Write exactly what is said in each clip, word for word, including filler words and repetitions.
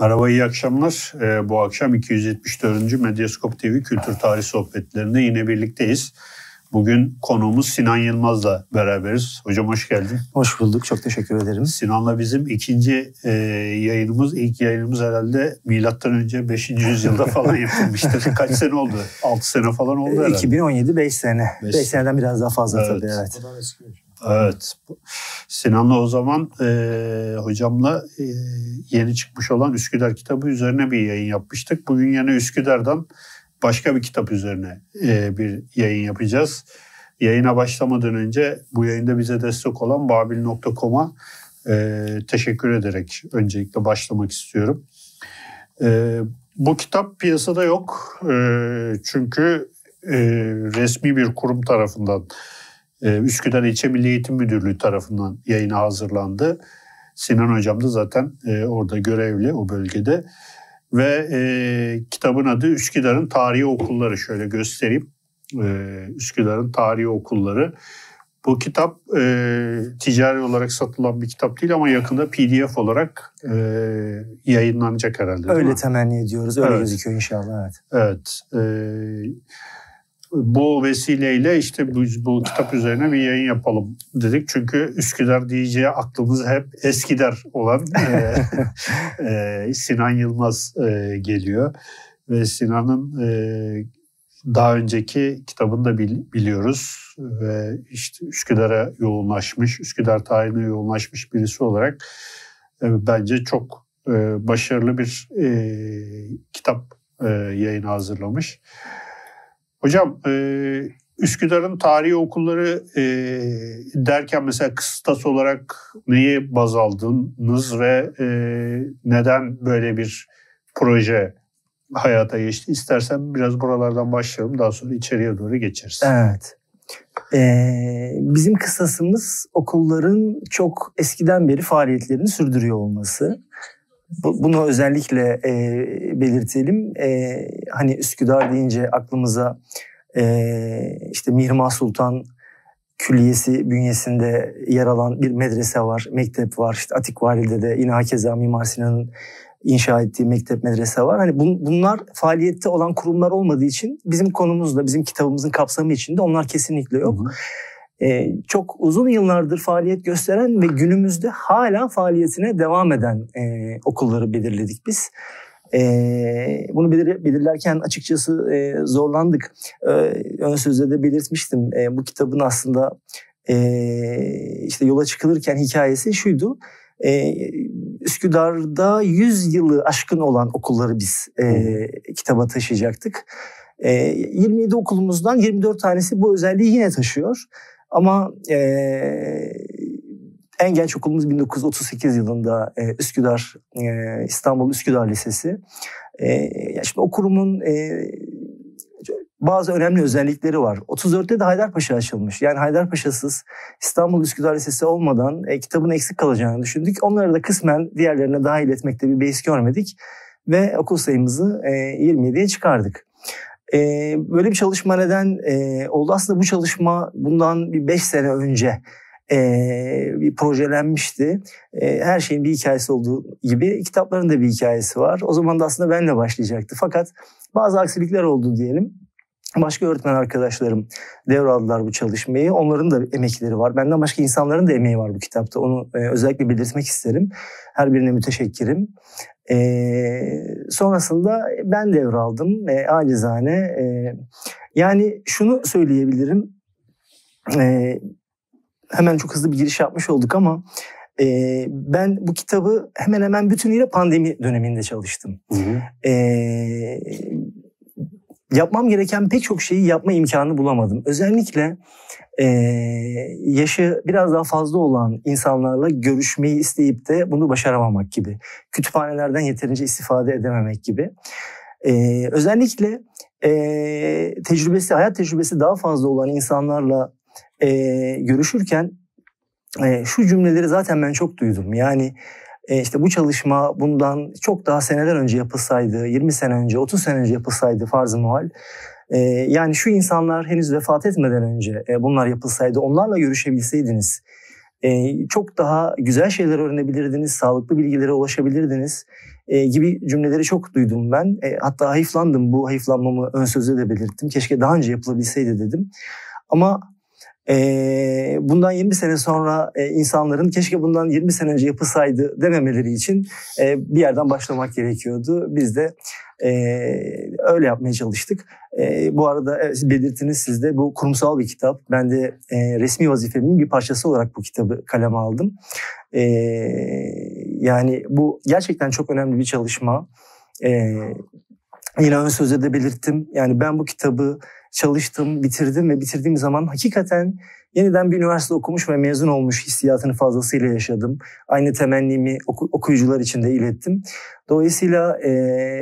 Merhaba, iyi akşamlar. Ee, bu akşam iki yüz yetmiş dördüncü Medyaskop T V Kültür Tarih Sohbetlerinde yine birlikteyiz. Bugün konuğumuz Sinan Yılmaz'la beraberiz. Hocam hoş geldin. Hoş bulduk, çok teşekkür ederim. Sinan'la bizim ikinci e, yayınımız, ilk yayınımız herhalde milattan önce beşinci yüzyılda falan yapılmıştır. Kaç sene oldu? altı sene falan oldu herhalde. iki bin on yedi, beş sene. beş seneden biraz daha fazla evet. tabii, evet. Evet. Sinan'la o zaman e, hocamla e, yeni çıkmış olan Üsküdar kitabı üzerine bir yayın yapmıştık. Bugün yine Üsküdar'dan başka bir kitap üzerine e, bir yayın yapacağız. Yayına başlamadan önce bu yayında bize destek olan babil nokta com'a e, teşekkür ederek öncelikle başlamak istiyorum. E, bu kitap piyasada yok. E, çünkü e, resmi bir kurum tarafından, e, Üsküdar İlçe Milli Eğitim Müdürlüğü tarafından yayına hazırlandı. Sinan Hocam da zaten e, orada görevli o bölgede. Ve e, kitabın adı Üsküdar'ın Tarihi Okulları. Şöyle göstereyim. E, Üsküdar'ın Tarihi Okulları. Bu kitap e, ticari olarak satılan bir kitap değil ama yakında P D F olarak e, yayınlanacak herhalde. Öyle temenni ediyoruz. Öyle evet. gözüküyor inşallah. Evet. Evet. E, bu vesileyle işte bu, bu kitap üzerine bir yayın yapalım dedik. Çünkü Üsküdar diyeceği aklımız hep Eskidar olan e, e, Sinan Yılmaz e, geliyor. Ve Sinan'ın e, daha önceki kitabını da bil, biliyoruz. Ve işte Üsküdar'a yoğunlaşmış, Üsküdar tarihine yoğunlaşmış birisi olarak e, bence çok e, başarılı bir e, kitap e, yayını hazırlamış. Hocam, e, Üsküdar'ın tarihi okulları e, derken mesela kıstas olarak neyi baz aldınız ve e, neden böyle bir proje hayata geçti? İstersen biraz buralardan başlayalım, daha sonra içeriye doğru geçeriz. Evet. Ee, bizim kıstasımız okulların çok eskiden beri faaliyetlerini sürdürüyor olması. Bunu özellikle e, belirtelim. E, hani Üsküdar deyince aklımıza e, işte Mihrimah Sultan Külliyesi bünyesinde yer alan bir medrese var, mektep var. İşte Atikvali'de yine hakeza Mimar Sinan'ın inşa ettiği mektep, medrese var. Hani bun, bunlar faaliyette olan kurumlar olmadığı için bizim konumuzda, bizim kitabımızın kapsamı içinde onlar kesinlikle yok. Hı hı. Ee, çok uzun yıllardır faaliyet gösteren ve günümüzde hala faaliyetine devam eden e, okulları belirledik biz. E, bunu belir, belirlerken açıkçası e, zorlandık. E, ön sözde de belirtmiştim. E, bu kitabın aslında e, işte yola çıkılırken hikayesi şuydu. E, Üsküdar'da yüz yılı aşkın olan okulları biz e, kitaba taşıyacaktık. E, yirmi yedi okulumuzdan yirmi dört tanesi bu özelliği yine taşıyor. Ama e, en genç okulumuz bin dokuz yüz otuz sekiz yılında e, Üsküdar, e, İstanbul Üsküdar Lisesi. E, şimdi o kurumun e, bazı önemli özellikleri var. otuz dörtte de Haydarpaşa açılmış. Yani Haydarpaşa'sız İstanbul Üsküdar Lisesi olmadan e, kitabın eksik kalacağını düşündük. Onları da kısmen diğerlerine dahil etmekte bir beis görmedik. Ve okul sayımızı e, yirmi yediye çıkardık. Ee, böyle bir çalışma neden e, oldu? Aslında bu çalışma bundan bir beş sene önce e, bir projelenmişti. E, her şeyin bir hikayesi olduğu gibi kitapların da bir hikayesi var. O zaman da aslında benle başlayacaktı. Fakat bazı aksilikler oldu diyelim. Başka öğretmen arkadaşlarım devraldılar bu çalışmayı. Onların da emekleri var. Benden başka insanların da emeği var bu kitapta. Onu e, özellikle belirtmek isterim. Her birine müteşekkirim. Ee, sonrasında ben devraldım e, acizane. E, yani şunu söyleyebilirim. E, hemen çok hızlı bir giriş yapmış olduk ama e, ben bu kitabı hemen hemen bütünüyle pandemi döneminde çalıştım. Hı hı. E, yapmam gereken pek çok şeyi yapma imkanı bulamadım. Özellikle Ee, yaşı biraz daha fazla olan insanlarla görüşmeyi isteyip de bunu başaramamak gibi. Kütüphanelerden yeterince istifade edememek gibi. Ee, özellikle e, tecrübesi, hayat tecrübesi daha fazla olan insanlarla e, görüşürken e, şu cümleleri zaten ben çok duydum. Yani e, işte bu çalışma bundan çok daha seneler önce yapılsaydı, yirmi sene önce, otuz sene önce yapılsaydı farz-ı muhal. Ee, yani şu insanlar henüz vefat etmeden önce e, bunlar yapılsaydı, onlarla görüşebilseydiniz, e, çok daha güzel şeyler öğrenebilirdiniz, sağlıklı bilgilere ulaşabilirdiniz e, gibi cümleleri çok duydum ben. E, hatta hayıflandım, bu hayıflanmamı ön sözde de belirttim. Keşke daha önce yapılabilseydi dedim. Ama e, bundan yirmi sene sonra e, insanların keşke bundan yirmi sene önce yapılsaydı dememeleri için e, bir yerden başlamak gerekiyordu. Biz de e, öyle yapmaya çalıştık. E, bu arada evet, belirttiniz siz de, bu kurumsal bir kitap. Ben de e, resmi vazifemin bir parçası olarak bu kitabı kaleme aldım. E, yani bu gerçekten çok önemli bir çalışma. E, yine ön sözde de belirttim. Yani ben bu kitabı çalıştım, bitirdim ve bitirdiğim zaman hakikaten yeniden bir üniversite okumuş ve mezun olmuş hissiyatını fazlasıyla yaşadım. Aynı temennimi oku, okuyucular için de ilettim. Dolayısıyla e,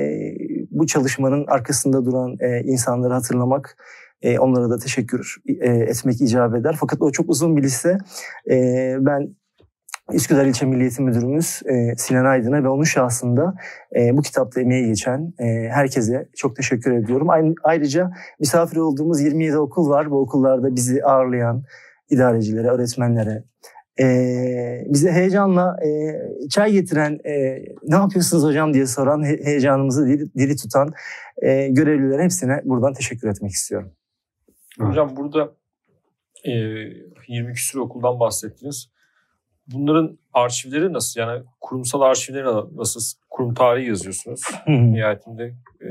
bu çalışmanın arkasında duran e, insanları hatırlamak, e, onlara da teşekkür e, etmek icap eder. Fakat o çok uzun bir liste. E, ben Üsküdar İlçe Milli Eğitim Müdürümüz e, Sinan Aydın'a ve onun şahsında e, bu kitapta emeği geçen e, herkese çok teşekkür ediyorum. Aynı, ayrıca misafir olduğumuz yirmi yedi okul var. Bu okullarda bizi ağırlayan idarecilere, öğretmenlere, e, bize heyecanla e, çay getiren, e, ne yapıyorsunuz hocam diye soran, he, heyecanımızı diri, diri tutan e, görevlilere, hepsine buradan teşekkür etmek istiyorum. Hocam burada e, yirmi küsur okuldan bahsettiniz. Bunların arşivleri nasıl? Yani kurumsal arşivleri nasıl? Kurum tarihi yazıyorsunuz. Hı hı. Nihayetinde e,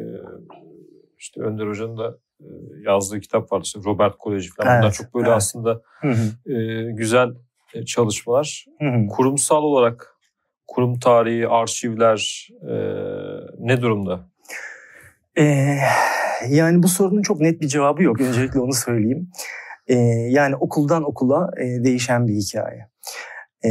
işte Önder Hoca'nın da e, yazdığı kitap vardı. İşte Robert Koleji falan. Evet, Bunlar çok böyle evet. aslında Hı hı. e, güzel e, çalışmalar. Hı hı. Kurumsal olarak kurum tarihi, arşivler e, ne durumda? Ee, yani bu sorunun çok net bir cevabı yok. Öncelikle onu söyleyeyim. Ee, yani okuldan okula e, değişen bir hikaye. Ee,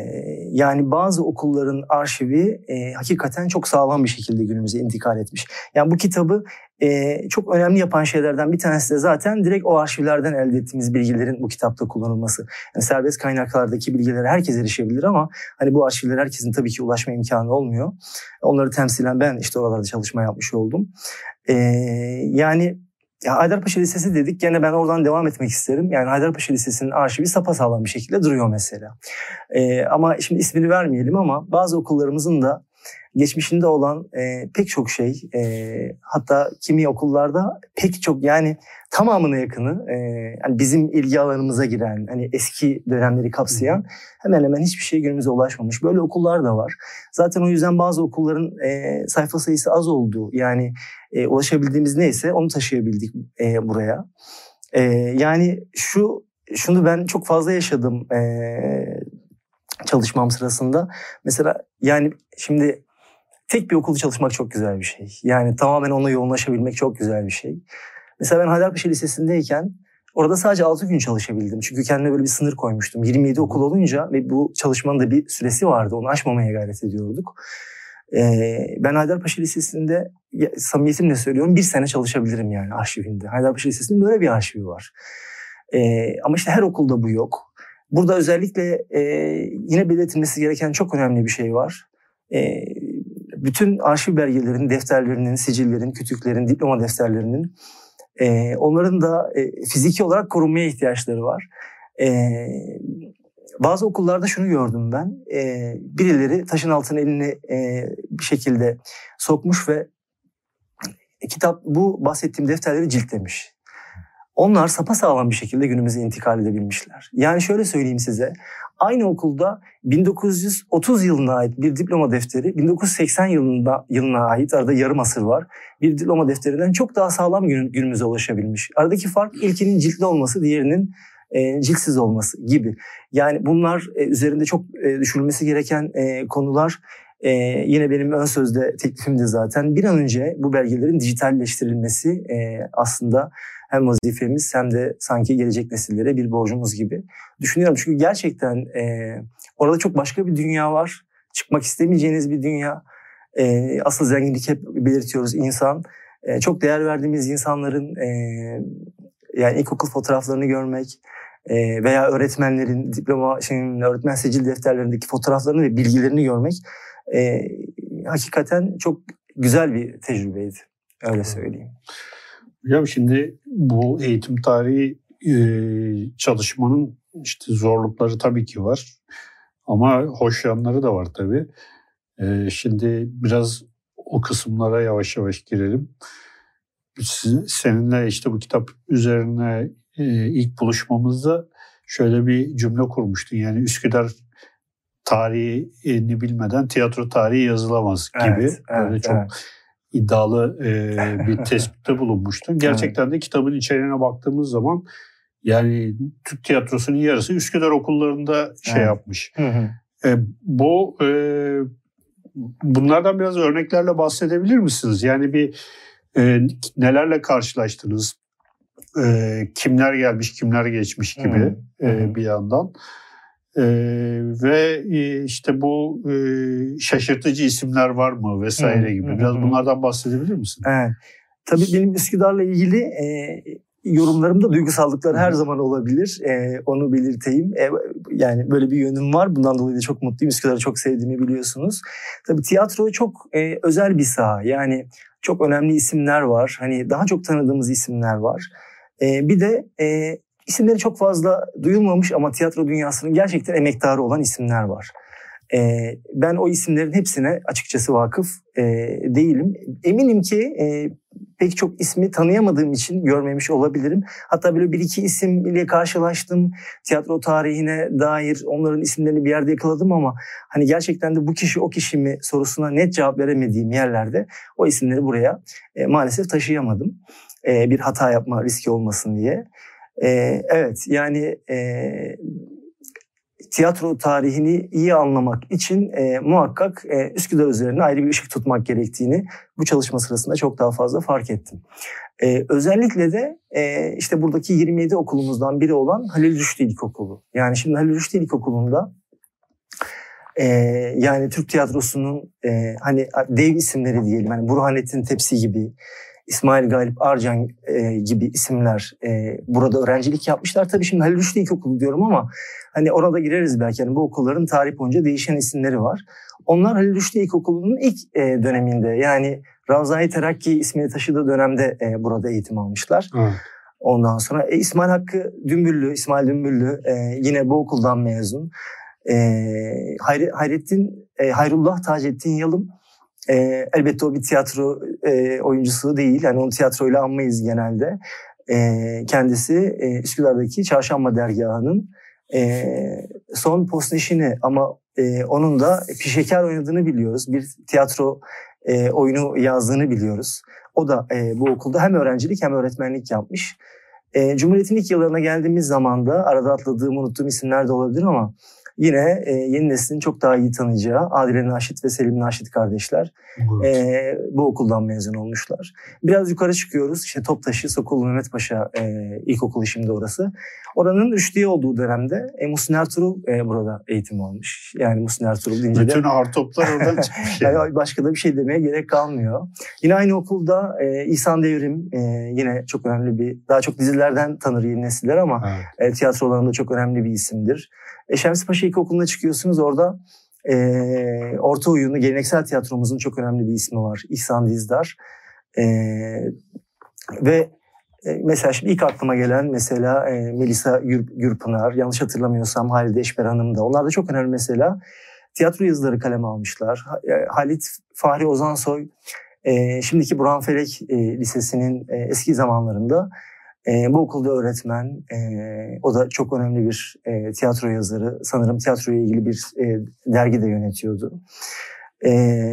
yani bazı okulların arşivi e, hakikaten çok sağlam bir şekilde günümüze intikal etmiş. Yani bu kitabı e, çok önemli yapan şeylerden bir tanesi de zaten direkt o arşivlerden elde ettiğimiz bilgilerin bu kitapta kullanılması. Yani serbest kaynaklardaki bilgilere herkes erişebilir ama hani bu arşivlere herkesin tabii ki ulaşma imkanı olmuyor. Onları temsilen ben işte oralarda çalışma yapmış oldum. Ee, yani Ya Haydarpaşa Lisesi dedik, gene ben oradan devam etmek isterim. Yani Haydarpaşa Lisesi'nin arşivi sapasağlam bir şekilde duruyor mesela. Ee, ama şimdi ismini vermeyelim ama bazı okullarımızın da geçmişinde olan e, pek çok şey, e, hatta kimi okullarda pek çok, yani tamamına yakını e, yani bizim ilgi alanımıza giren, hani eski dönemleri kapsayan hemen hemen hiçbir şey günümüze ulaşmamış. Böyle okullar da var. Zaten o yüzden bazı okulların e, sayfa sayısı az olduğu, yani e, ulaşabildiğimiz neyse onu taşıyabildik e, buraya. E, yani şu şunu ben çok fazla yaşadım e, çalışmam sırasında. Mesela yani şimdi tek bir okulda çalışmak çok güzel bir şey. Yani tamamen onunla yoğunlaşabilmek çok güzel bir şey. Mesela ben Haydarpaşa Lisesi'ndeyken orada sadece altı gün çalışabildim. Çünkü kendime böyle bir sınır koymuştum. yirmi yedi okul olunca ve bu çalışmanın da bir süresi vardı. Onu aşmamaya gayret ediyorduk. Ee, ben Haydarpaşa Lisesi'nde, samimiyetimle söylüyorum, bir sene çalışabilirim yani arşivinde. Haydarpaşa Lisesi'nin böyle bir arşivi var. Ee, ama işte her okulda bu yok. Burada özellikle e, yine belirtilmesi gereken çok önemli bir şey var. E, bütün arşiv belgelerinin, defterlerinin, sicillerin, kütüklerin, diploma defterlerinin e, onların da e, fiziki olarak korunmaya ihtiyaçları var. E, bazı okullarda şunu gördüm ben. E, birileri taşın altına elini e, bir şekilde sokmuş ve kitap, bu bahsettiğim defterleri ciltlemiş. Onlar sapasağlam bir şekilde günümüze intikal edebilmişler. Yani şöyle söyleyeyim size. Aynı okulda bin dokuz yüz otuz yılına ait bir diploma defteri, bin dokuz yüz seksen yılında, yılına ait, arada yarım asır var, bir diploma defterinden çok daha sağlam gün, günümüze ulaşabilmiş. Aradaki fark ilkinin ciltli olması, diğerinin e, ciltsiz olması gibi. Yani bunlar e, üzerinde çok e, düşünülmesi gereken e, konular. E, yine benim ön sözde teklifimdi zaten. Bir an önce bu belgelerin dijitalleştirilmesi e, aslında hem vazifemiz hem de sanki gelecek nesillere bir borcumuz gibi düşünüyorum. Çünkü gerçekten e, orada çok başka bir dünya var. Çıkmak istemeyeceğiniz bir dünya. E, asıl zenginlik, hep belirtiyoruz, insan. E, çok değer verdiğimiz insanların e, yani ilkokul fotoğraflarını görmek e, veya öğretmenlerin diploma, şimdi öğretmen sicil defterlerindeki fotoğraflarını ve bilgilerini görmek e, hakikaten çok güzel bir tecrübeydi. Öyle söyleyeyim. Hocam şimdi bu eğitim tarihi e, çalışmanın işte zorlukları tabii ki var. Ama hoş yanları da var tabii. E, şimdi biraz o kısımlara yavaş yavaş girelim. Seninle işte bu kitap üzerine e, ilk buluşmamızda şöyle bir cümle kurmuştun. Yani Üsküdar tarihini bilmeden tiyatro tarihi yazılamaz gibi. Evet, Böyle evet, çok evet. iddialı e, bir tespitte bulunmuştun. Gerçekten de kitabın içeriğine baktığımız zaman yani Türk tiyatrosunun yarısı Üsküdar okullarında şey Evet. yapmış. Hı hı. E, bu e, bunlardan biraz örneklerle bahsedebilir misiniz? Yani bir e, nelerle karşılaştınız? E, kimler gelmiş, kimler geçmiş gibi Hı hı. e, bir yandan. E, ve e, işte bu e, şaşırtıcı isimler var mı vesaire Hı, gibi. hı, Biraz hı. bunlardan bahsedebilir misin? Evet. Tabii benim Üsküdar'la ilgili e, yorumlarımda duygusallıklar her zaman olabilir. E, onu belirteyim. E, yani böyle bir yönüm var. Bundan dolayı da çok mutluyum. Üsküdar'ı çok sevdiğimi biliyorsunuz. Tabii tiyatro çok e, özel bir saha. Yani çok önemli isimler var. Hani daha çok tanıdığımız isimler var. E, bir de e, isimleri çok fazla duyulmamış ama tiyatro dünyasının gerçekten emektarı olan isimler var. Ee, ben o isimlerin hepsine açıkçası vakıf e, değilim. Eminim ki e, pek çok ismi tanıyamadığım için görmemiş olabilirim. Hatta böyle bir iki isim ile karşılaştım. Tiyatro tarihine dair onların isimlerini bir yerde yakaladım ama hani gerçekten de bu kişi o kişi mi sorusuna net cevap veremediğim yerlerde o isimleri buraya e, maalesef taşıyamadım. E, bir hata yapma riski olmasın diye. E, evet yani... E, tiyatro tarihini iyi anlamak için e, muhakkak e, Üsküdar üzerine ayrı bir ışık tutmak gerektiğini bu çalışma sırasında çok daha fazla fark ettim. E, özellikle de e, işte buradaki yirmi yedi okulumuzdan biri olan Halil Rüştü İlkokulu. Yani şimdi Halil Rüştü İlkokulu'nda e, yani Türk tiyatrosunun e, hani dev isimleri diyelim, hani Burhanettin Tepsi gibi, İsmail Galip Arcan e, gibi isimler e, burada öğrencilik yapmışlar. Tabii şimdi Halil Rüştü İlkokulu diyorum ama hani orada gireriz belki. Yani bu okulların tarih boyunca değişen isimleri var. Onlar Halil Rüştü İlkokulu'nun ilk e, döneminde, yani Ravza-i Terakki ismini taşıdığı dönemde e, burada eğitim almışlar. Evet. Ondan sonra e, İsmail Hakkı Dümbüllü, İsmail Dümbüllü e, yine bu okuldan mezun. E, Hayri, Hayrettin, e, Hayrullah Taceddin Yalım. E, elbette o bir tiyatro e, oyuncusu değil. Yani onu tiyatroyla anmayız genelde. E, kendisi e, Üsküdar'daki Çarşamba Dergahı'nın e, son postneşini, ama e, onun da Pişekar oynadığını biliyoruz. Bir tiyatro e, oyunu yazdığını biliyoruz. O da e, bu okulda hem öğrencilik hem öğretmenlik yapmış. E, Cumhuriyet'in ilk yıllarına geldiğimiz zaman da arada atladığım, unuttuğum isimler de olabilir ama yine e, yeni neslin çok daha iyi tanıyacağı Adile Naşit ve Selim Naşit kardeşler evet. e, bu okuldan mezun olmuşlar. Biraz yukarı çıkıyoruz. İşte Toptaşı, Sokulu Mehmet Paşa e, İlkokulu şimdi orası. Oranın Rüşdiye olduğu dönemde e, Muhsin Ertuğrul e, burada eğitim almış. Yani Muhsin Ertuğrul deyince de... Bütün hartoplar oradan çıkmış. Yani başka da bir şey demeye gerek kalmıyor. Yine aynı okulda e, İhsan Devrim e, yine çok önemli bir, daha çok dizilerden tanır yeni nesiller ama evet. e, tiyatrolarında çok önemli bir isimdir. E, Şemsi Paşa İlkokulu'na çıkıyorsunuz, orada e, orta oyunu, geleneksel tiyatromuzun çok önemli bir ismi var. İhsan Dizdar. E, ve e, mesela şimdi ilk aklıma gelen mesela e, Melisa Gür, Gürpınar, yanlış hatırlamıyorsam Halide Eşber Hanım da. Onlar da çok önemli mesela. Tiyatro yazıları kaleme almışlar. Halit Fahri Ozansoy, e, şimdiki Burhanfelek e, Lisesi'nin e, eski zamanlarında e, bu okulda öğretmen. E, o da çok önemli bir e, tiyatro yazarı. Sanırım tiyatroya ilgili bir e, dergi de yönetiyordu. E,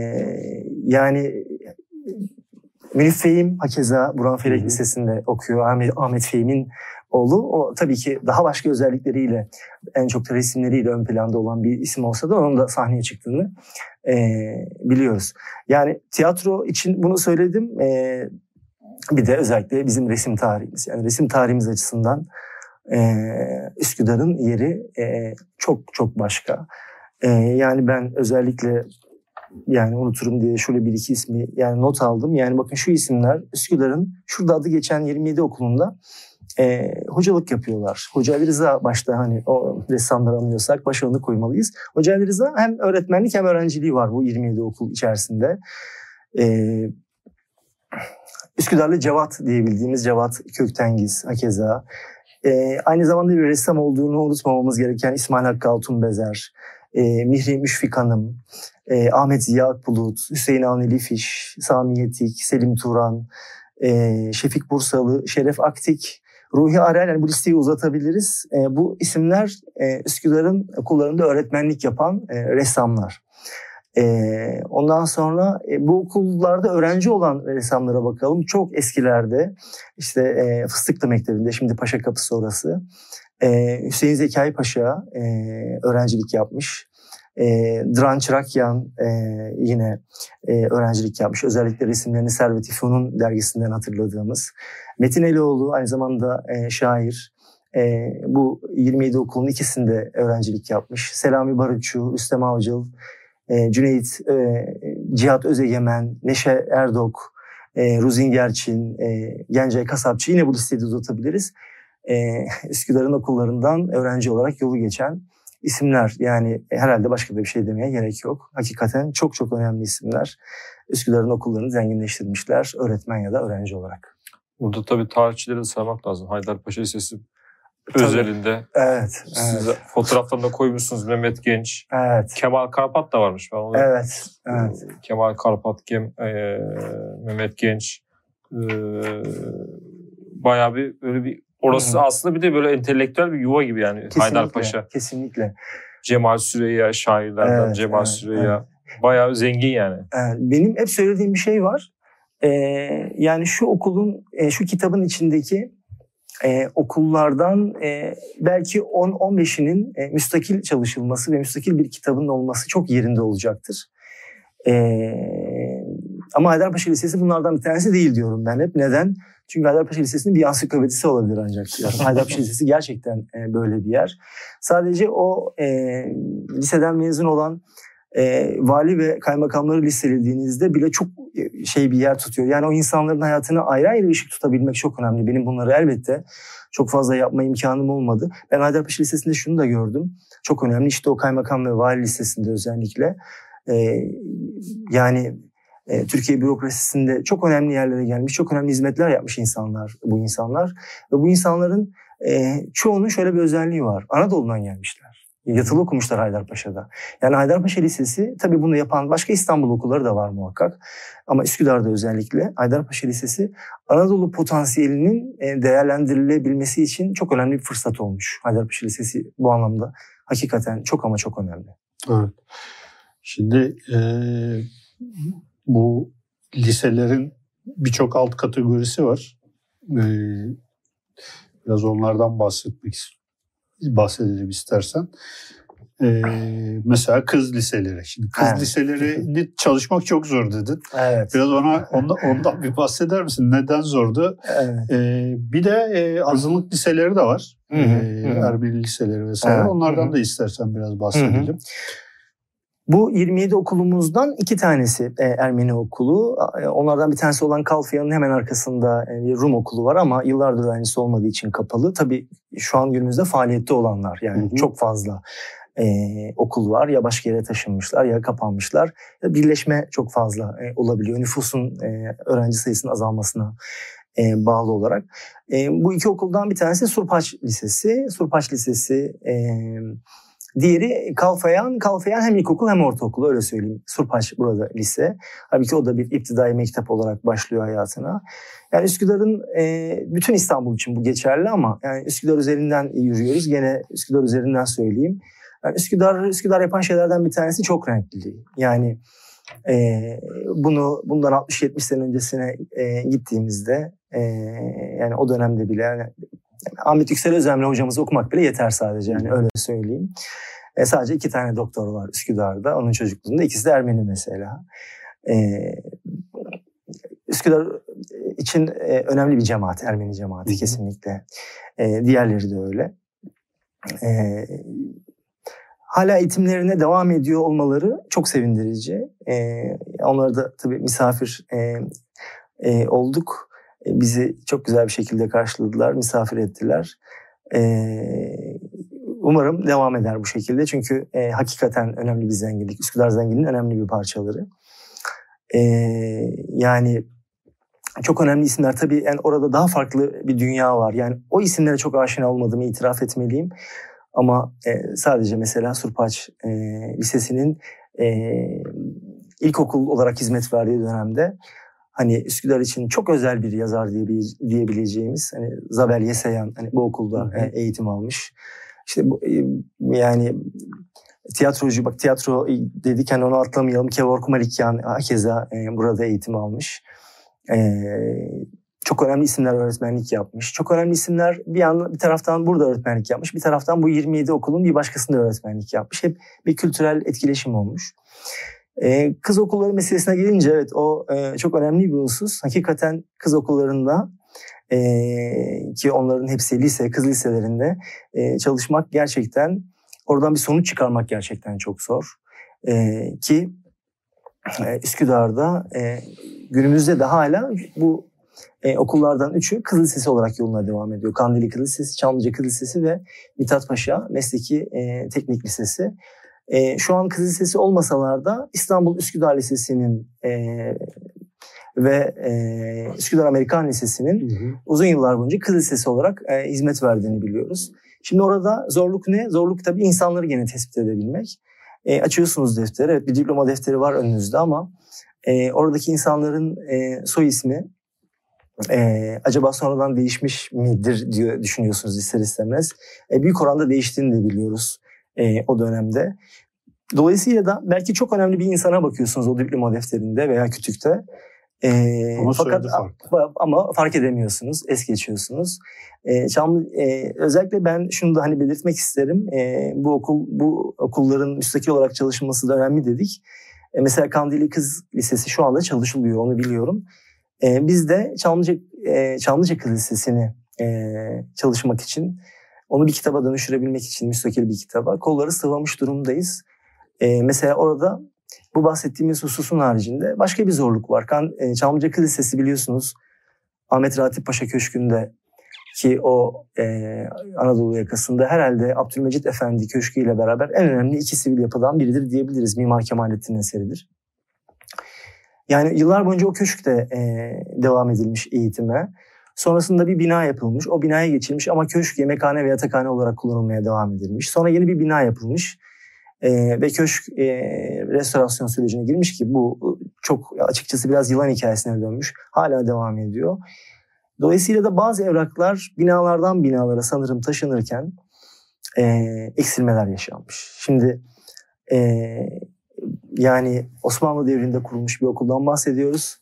yani Münif Fehim hakeza Burhanfelek Hı-hı. Lisesi'nde okuyor. Ahmet, Ahmet Fehim'in oğlu. O tabii ki daha başka özellikleriyle, en çok da resimleriyle ön planda olan bir isim olsa da onun da sahneye çıktığını e, biliyoruz. Yani tiyatro için bunu söyledim. E, bir de özellikle bizim resim tarihimiz. Yani resim tarihimiz açısından e, Üsküdar'ın yeri e, çok çok başka. E, yani ben özellikle yani unuturum diye şöyle bir iki ismi yani not aldım. Yani bakın şu isimler Üsküdar'ın şurada adı geçen yirmi yedi okulunda E, hocalık yapıyorlar. Hoca Ali Rıza başta, hani o ressamları anıyorsak başa onu koymalıyız. Hoca Ali Rıza hem öğretmenlik hem öğrenciliği var bu yirmi yedi okul içerisinde. E, Üsküdar'lı Cevat diye bildiğimiz Cevat Köktengiz hakeza. E, aynı zamanda bir ressam olduğunu unutmamamız gereken İsmail Hakkı Altunbezer, e, Mihri Müşfik Hanım, e, Ahmet Ziya Akbulut, Hüseyin Avni Lifiş, Sami Yetik, Selim Turan, e, Şefik Bursalı, Şeref Aktik, Ruhi Arel, yani bu listeyi uzatabiliriz. E, bu isimler e, Üsküdar'ın okullarında öğretmenlik yapan e, ressamlar. E, ondan sonra e, bu okullarda öğrenci olan ressamlara bakalım. Çok eskilerde işte e, Fıstıklı Mektebi'nde, şimdi Paşa Kapısı orası. E, Hüseyin Zekai Paşa e, öğrencilik yapmış. E, Dran Çırakyan e, yine e, öğrencilik yapmış. Özellikle resimlerini Servet-i Fünun dergisinden hatırladığımız. Metin Elioğlu aynı zamanda e, şair. E, bu yirmi yedi okulun ikisinde öğrencilik yapmış. Selami Barutçu, Rüstem Avcıl, e, Cüneyt e, Cihat Özegemen, Neşe Erdok, e, Ruzin Gerçin, e, Gencay Kasapçı, yine bu listeyi de uzatabiliriz. E, Üsküdar'ın okullarından öğrenci olarak yolu geçen isimler. Yani herhalde başka da bir şey demeye gerek yok. Hakikaten çok çok önemli isimler. Üsküdar'ın okullarını zenginleştirmişler öğretmen ya da öğrenci olarak. Burada tabii tarihçileri de saymak lazım. Haydarpaşa Lisesi Tabii. özelinde. Evet. Siz evet. fotoğraflarında koymuşsunuz Mehmet Genç. Evet. Kemal Karpat da varmış. Ben onu, evet. Evet. Kemal Karpat, Kem, e, Mehmet Genç. E, bayağı bir öyle bir orası Hı-hı. aslında bir de böyle entelektüel bir yuva gibi yani. Kesinlikle, Haydarpaşa. Kesinlikle. Cemal Süreyya, şairlerden evet, Cemal evet, Süreyya. Evet. Bayağı zengin yani. Evet. Benim hep söylediğim bir şey var. Ee, yani şu okulun, e, şu kitabın içindeki e, okullardan e, belki on on beşinin e, müstakil çalışılması ve müstakil bir kitabın olması çok yerinde olacaktır. E, ama Haydarpaşa Lisesi bunlardan bir tanesi değil diyorum ben hep. Neden? Çünkü Haydarpaşa Lisesi'nin bir ansiklopedisi olabilir ancak. Yani Haydarpaşa Lisesi gerçekten e, böyle bir yer. Sadece o e, liseden mezun olan e, vali ve kaymakamları listelediğinizde bile çok şey bir yer tutuyor. Yani o insanların hayatına ayrı ayrı ışık tutabilmek çok önemli. Benim bunları elbette çok fazla yapma imkanım olmadı. Ben Haydarpaşa Lisesi'nde şunu da gördüm. Çok önemli, işte o kaymakam ve vali listesinde özellikle. E, yani e, Türkiye bürokrasisinde çok önemli yerlere gelmiş, çok önemli hizmetler yapmış insanlar bu insanlar. Ve bu insanların e, çoğunun şöyle bir özelliği var. Anadolu'dan gelmişler. Yatılı okumuşlar Haydarpaşa'da. Yani Haydarpaşa Lisesi, tabii bunu yapan başka İstanbul okulları da var muhakkak. Ama Üsküdar'da özellikle Haydarpaşa Lisesi Anadolu potansiyelinin değerlendirilebilmesi için çok önemli bir fırsat olmuş. Haydarpaşa Lisesi bu anlamda hakikaten çok ama çok önemli. Evet. Şimdi e, bu liselerin birçok alt kategorisi var. E, biraz onlardan bahsetmek istiyorum. bahsedelim istersen. Ee, mesela kız liseleri. Şimdi kız evet. liselerini çalışmak çok zor dedin. Evet. Biraz ona ondan, ondan bir bahseder misin? Neden zordu? Evet. Ee, bir de e, azınlık liseleri de var. Hı hı, ee, hı. Ermeni liseleri vesaire. Evet. Onlardan hı hı. da istersen biraz bahsedelim. Hı hı. Bu yirmi yedi okulumuzdan iki tanesi e, Ermeni okulu. E, onlardan bir tanesi olan Kalfya'nın hemen arkasında e, bir Rum okulu var ama yıllardır öğrencisi olmadığı için kapalı. Tabii şu an günümüzde faaliyette olanlar, yani hı hı. çok fazla e, okul var. Ya başka yere taşınmışlar ya kapanmışlar. Ya birleşme çok fazla e, olabiliyor. Nüfusun e, öğrenci sayısının azalmasına e, bağlı olarak. E, bu iki okuldan bir tanesi Surpaç Lisesi. Surpaç Lisesi... E, Diğeri Kalfayan. Kalfayan hem ilkokul hem ortaokul, öyle söyleyeyim. Surpaç burada lise. Halbuki o da bir iptidai mektep olarak başlıyor hayatına. Yani Üsküdar'ın e, bütün İstanbul için bu geçerli ama yani Üsküdar üzerinden yürüyoruz. Gene Üsküdar üzerinden söyleyeyim. Yani Üsküdar Üsküdar yapan şeylerden bir tanesi çok renkliliği. Yani e, bunu bundan altmış yetmiş sene öncesine e, gittiğimizde e, yani o dönemde bile yani Ahmet Yüksel Özemli hocamızı okumak bile yeter sadece, yani öyle söyleyeyim. E, sadece iki tane doktor var Üsküdar'da. Onun çocukluğunda ikisi de Ermeni mesela. E, Üsküdar için e, önemli bir cemaat, Ermeni cemaati Hı-hı. kesinlikle. E, diğerleri de öyle. E, hala eğitimlerine devam ediyor olmaları çok sevindirici. E, onları da tabii misafir e, e, olduk. Bizi çok güzel bir şekilde karşıladılar, misafir ettiler. Ee, umarım devam eder bu şekilde. Çünkü e, hakikaten önemli bir zenginlik. Üsküdar zenginliğinin önemli bir parçaları. Ee, yani çok önemli isimler. Tabii yani orada daha farklı bir dünya var. Yani o isimlere çok aşina olmadığımı itiraf etmeliyim. Ama e, sadece mesela Surpaç e, Lisesi'nin e, ilkokul olarak hizmet verdiği dönemde hani Üsküdar için çok özel bir yazar diyebileceğimiz hani Zabel Yeseyan hani bu okulda e, eğitim almış. İşte bu, e, yani tiyatrocu, bak tiyatro dedik hani onu atlamayalım. Kevork Malikyan hakeza e, burada eğitim almış. E, çok önemli isimler öğretmenlik yapmış. Çok önemli isimler bir yandan bir taraftan burada öğretmenlik yapmış. Bir taraftan bu yirmi yedi okulun bir başkasında öğretmenlik yapmış. Hep bir kültürel etkileşim olmuş. E, kız okulları meselesine gelince evet o e, çok önemli bir husus. Hakikaten kız okullarında e, ki onların hepsi lise, kız liselerinde e, çalışmak gerçekten oradan bir sonuç çıkarmak gerçekten çok zor. E, ki e, Üsküdar'da e, günümüzde de hala bu e, okullardan üçü kız lisesi olarak yoluna devam ediyor. Kandilli Kız Lisesi, Çamlıca Kız Lisesi ve Mithat Paşa Mesleki e, Teknik Lisesi. E, şu an kız lisesi olmasalar da İstanbul Üsküdar Lisesi'nin e, ve e, Üsküdar Amerikan Lisesi'nin hı hı. uzun yıllar boyunca kız lisesi olarak e, hizmet verdiğini biliyoruz. Şimdi orada zorluk ne? Zorluk tabii insanları gene tespit edebilmek. E, açıyorsunuz defteri, evet bir diploma defteri var önünüzde ama e, oradaki insanların e, soy ismi e, acaba sonradan değişmiş midir diye düşünüyorsunuz ister istemez. E, büyük oranda değiştiğini de biliyoruz. E, o dönemde. Dolayısıyla da belki çok önemli bir insana bakıyorsunuz o diploma defterinde veya kütükte. E, ama fakat ama fark edemiyorsunuz, es geçiyorsunuz. E, Çamlı, e, özellikle ben şunu da hani belirtmek isterim. E, bu okul bu okulların müstakil olarak çalışılması da önemli dedik. E, mesela Kandilli Kız Lisesi şu anda çalışılıyor, onu biliyorum. E, biz de Çamlıca e, Çamlıca Kız Lisesi'ni e, çalışmak için, onu bir kitaba dönüştürebilmek için müstakil bir kitaba kolları sıvamış durumdayız. Ee, mesela orada bu bahsettiğimiz hususun haricinde başka bir zorluk var. Kan, e, Çamlıca Kız Lisesi biliyorsunuz Ahmet Ratip Paşa Köşkü'nde ki o e, Anadolu yakasında herhalde Abdülmecit Efendi Köşkü ile beraber en önemli iki sivil yapıdan biridir diyebiliriz. Mimar Kemalettin eseridir. Yani yıllar boyunca o köşkte e, devam edilmiş eğitime. Sonrasında bir bina yapılmış. O binaya geçilmiş ama köşk, yemekhane ve yatakhane olarak kullanılmaya devam edilmiş. Sonra yeni bir bina yapılmış. Ee, ve köşk e, restorasyon sürecine girmiş ki bu çok açıkçası biraz yılan hikayesine dönmüş. Hala devam ediyor. Dolayısıyla da bazı evraklar binalardan binalara sanırım taşınırken e, eksilmeler yaşanmış. Şimdi e, yani Osmanlı devrinde kurulmuş bir okuldan bahsediyoruz.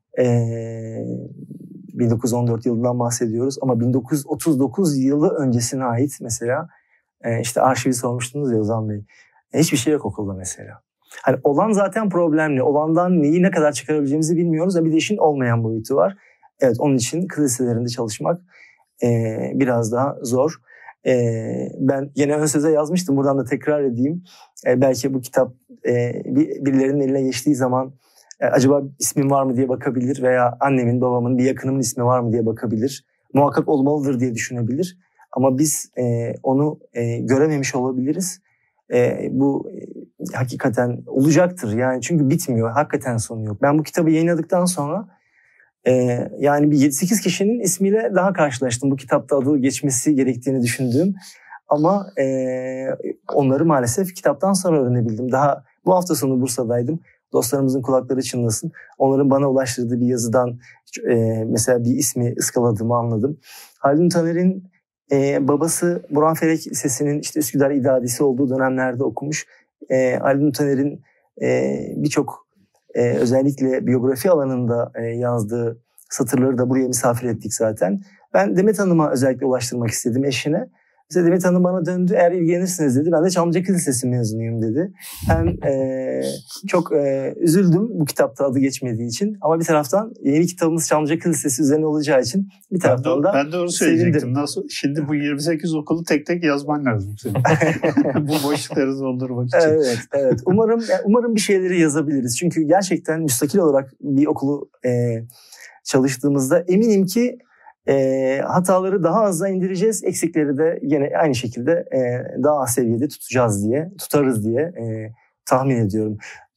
Eee bin dokuz yüz on dört yılından bahsediyoruz ama bin dokuz yüz otuz dokuz yılı öncesine ait mesela e, işte arşivi sormuştunuz ya Ozan Bey. E, hiçbir şey yok okulda mesela. Hani olan zaten problemli. Olandan neyi ne kadar çıkarabileceğimizi bilmiyoruz. Bir de işin olmayan boyutu var. Evet, onun için kız liselerinde çalışmak e, biraz daha zor. E, ben yine ön söze yazmıştım. Buradan da tekrar edeyim. E, belki bu kitap e, bir, birilerinin eline geçtiği zaman acaba ismim var mı diye bakabilir veya annemin, babamın, bir yakınımın ismi var mı diye bakabilir. Muhakkak olmalıdır diye düşünebilir. Ama biz e, onu e, görememiş olabiliriz. E, bu e, hakikaten olacaktır. Yani çünkü bitmiyor. Hakikaten sonu yok. Ben bu kitabı yayınladıktan sonra e, yani bir yedi sekiz kişinin ismiyle daha karşılaştım. Bu kitapta adı geçmesi gerektiğini düşündüğüm. Ama e, onları maalesef kitaptan sonra öğrenebildim. Daha bu hafta sonu Bursa'daydım. Dostlarımızın kulakları çınlasın. Onların bana ulaştırdığı bir yazıdan e, mesela bir ismi ıskaladığımı anladım. Haldun Taner'in e, babası Burhan Felek Lisesi'nin işte Üsküdar İdadisi olduğu dönemlerde okumuş. E, Haldun Taner'in e, birçok e, özellikle biyografi alanında e, yazdığı satırları da buraya misafir ettik zaten. Ben Demet Hanım'a özellikle ulaştırmak istedim, eşine. Mesela Demet Hanım bana döndü, eğer ilgilenirsiniz dedi. Ben de Çamlıca Kız Lisesi mezunuyum dedi. Hem e, çok e, üzüldüm bu kitapta adı geçmediği için. Ama bir taraftan yeni kitabımız Çamlıca Kız Lisesi üzerine olacağı için bir taraftan ben de, da ben de onu söyleyecektim. sevindim. Nasıl? Şimdi bu yirmi sekiz okulu tek tek yazman lazım senin. Bu boşlukları doldurmak için. Evet, evet. Umarım umarım bir şeyleri yazabiliriz. Çünkü gerçekten müstakil olarak bir okulu e, çalıştığımızda eminim ki E, hataları daha aza indireceğiz, eksikleri de yine aynı şekilde e, daha az seviyede tutacağız diye, tutarız diye e, tahmin ediyorum.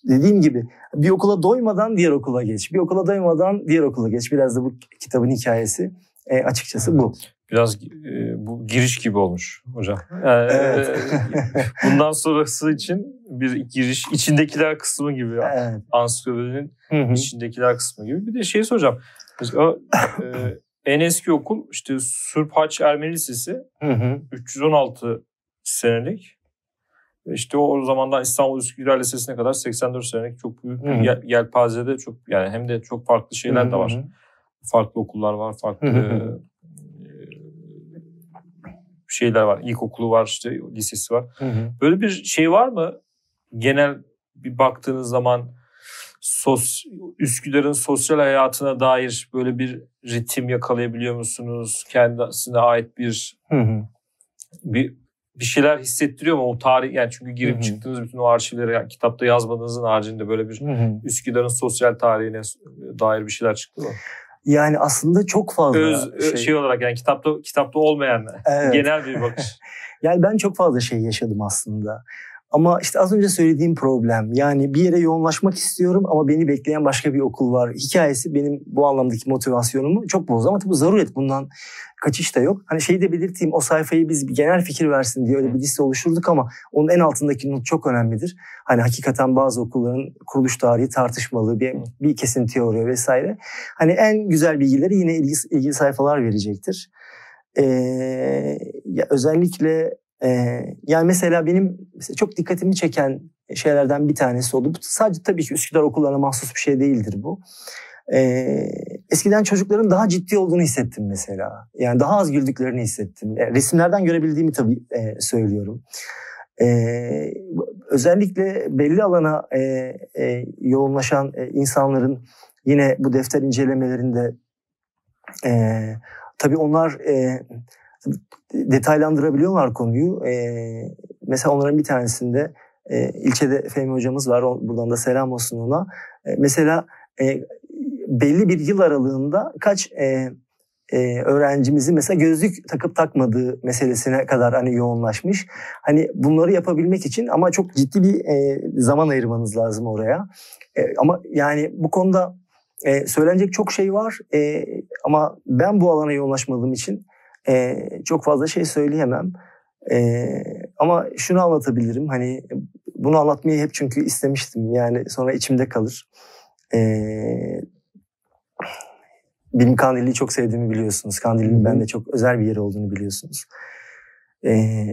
dediğim gibi bir okula doymadan diğer okula geç. Bir okula doymadan diğer okula geç. Biraz da bu kitabın hikayesi e, açıkçası bu. Biraz e, bu giriş gibi olmuş hocam. Yani, evet. e, bundan sonrası için bir giriş, içindekiler kısmı gibi. Evet. Ansiklopedinin Hı-hı. içindekiler kısmı gibi. Bir de şey soracağım. Mesela, e, en eski okul işte Surp Ermeni Lisesi. Hı-hı. üç yüz on altı senelik. İşte o zamandan İstanbul Üsküdar Lisesi'ne kadar seksen dört senelik çok büyük bir yel, yelpazede çok yani hem de çok farklı şeyler de var. Hı-hı. Farklı okullar var, farklı Hı-hı. şeyler var. İlkokulu var, işte lisesi var. Hı-hı. Böyle bir şey var mı? Genel bir baktığınız zaman sos, Üsküdar'ın sosyal hayatına dair böyle bir ritim yakalayabiliyor musunuz? Kendisine ait bir Hı-hı. bir bir şeyler hissettiriyor mu o tarih? Yani çünkü girip Hı-hı. çıktığınız bütün o arşivleri yani kitapta yazmadığınızın haricinde böyle bir Hı-hı. Üsküdar'ın sosyal tarihine dair bir şeyler çıktı mı? Yani aslında çok fazla Öz, şey... şey olarak yani kitapta kitapta olmayan evet. genel bir bakış. Yani ben çok fazla şey yaşadım aslında. Ama işte az önce söylediğim problem. Yani bir yere yoğunlaşmak istiyorum ama beni bekleyen başka bir okul var. Hikayesi benim bu anlamdaki motivasyonumu çok bozdu. Ama tabii bu zaruret. Bundan kaçış da yok. Hani şeyi de belirteyim. O sayfayı biz bir genel fikir versin diye öyle bir liste oluşturduk ama onun en altındaki not çok önemlidir. Hani hakikaten bazı okulların kuruluş tarihi tartışmalı. Bir, bir kesinti oraya vesaire. Hani en güzel bilgileri yine ilgili, ilgili sayfalar verecektir. Ee, ya özellikle Ee, yani mesela benim mesela çok dikkatimi çeken şeylerden bir tanesi oldu. Bu sadece tabii ki Üsküdar okullarına mahsus bir şey değildir bu. Ee, eskiden çocukların daha ciddi olduğunu hissettim mesela. Yani daha az güldüklerini hissettim. Yani resimlerden görebildiğimi tabii e, söylüyorum. Ee, özellikle belli alana e, e, yoğunlaşan e, insanların yine bu defter incelemelerinde e, tabii onlar... E, detaylandırabiliyorlar konuyu. Ee, mesela onların bir tanesinde e, ilçede Fehmi hocamız var. O, buradan da selam olsun ona. E, mesela e, belli bir yıl aralığında kaç e, e, öğrencimizin mesela gözlük takıp takmadığı meselesine kadar hani yoğunlaşmış. Hani bunları yapabilmek için ama çok ciddi bir e, zaman ayırmanız lazım oraya. E, ama yani bu konuda e, söylenecek çok şey var. E, ama ben bu alana yoğunlaşmadığım için Ee, çok fazla şey söyleyemem. Ee, ama şunu anlatabilirim. Hani bunu anlatmayı hep çünkü istemiştim. Yani sonra içimde kalır. Ee, benim Kandilli'yi çok sevdiğimi biliyorsunuz. Kandilli'nin bende çok özel bir yeri olduğunu biliyorsunuz. Ee,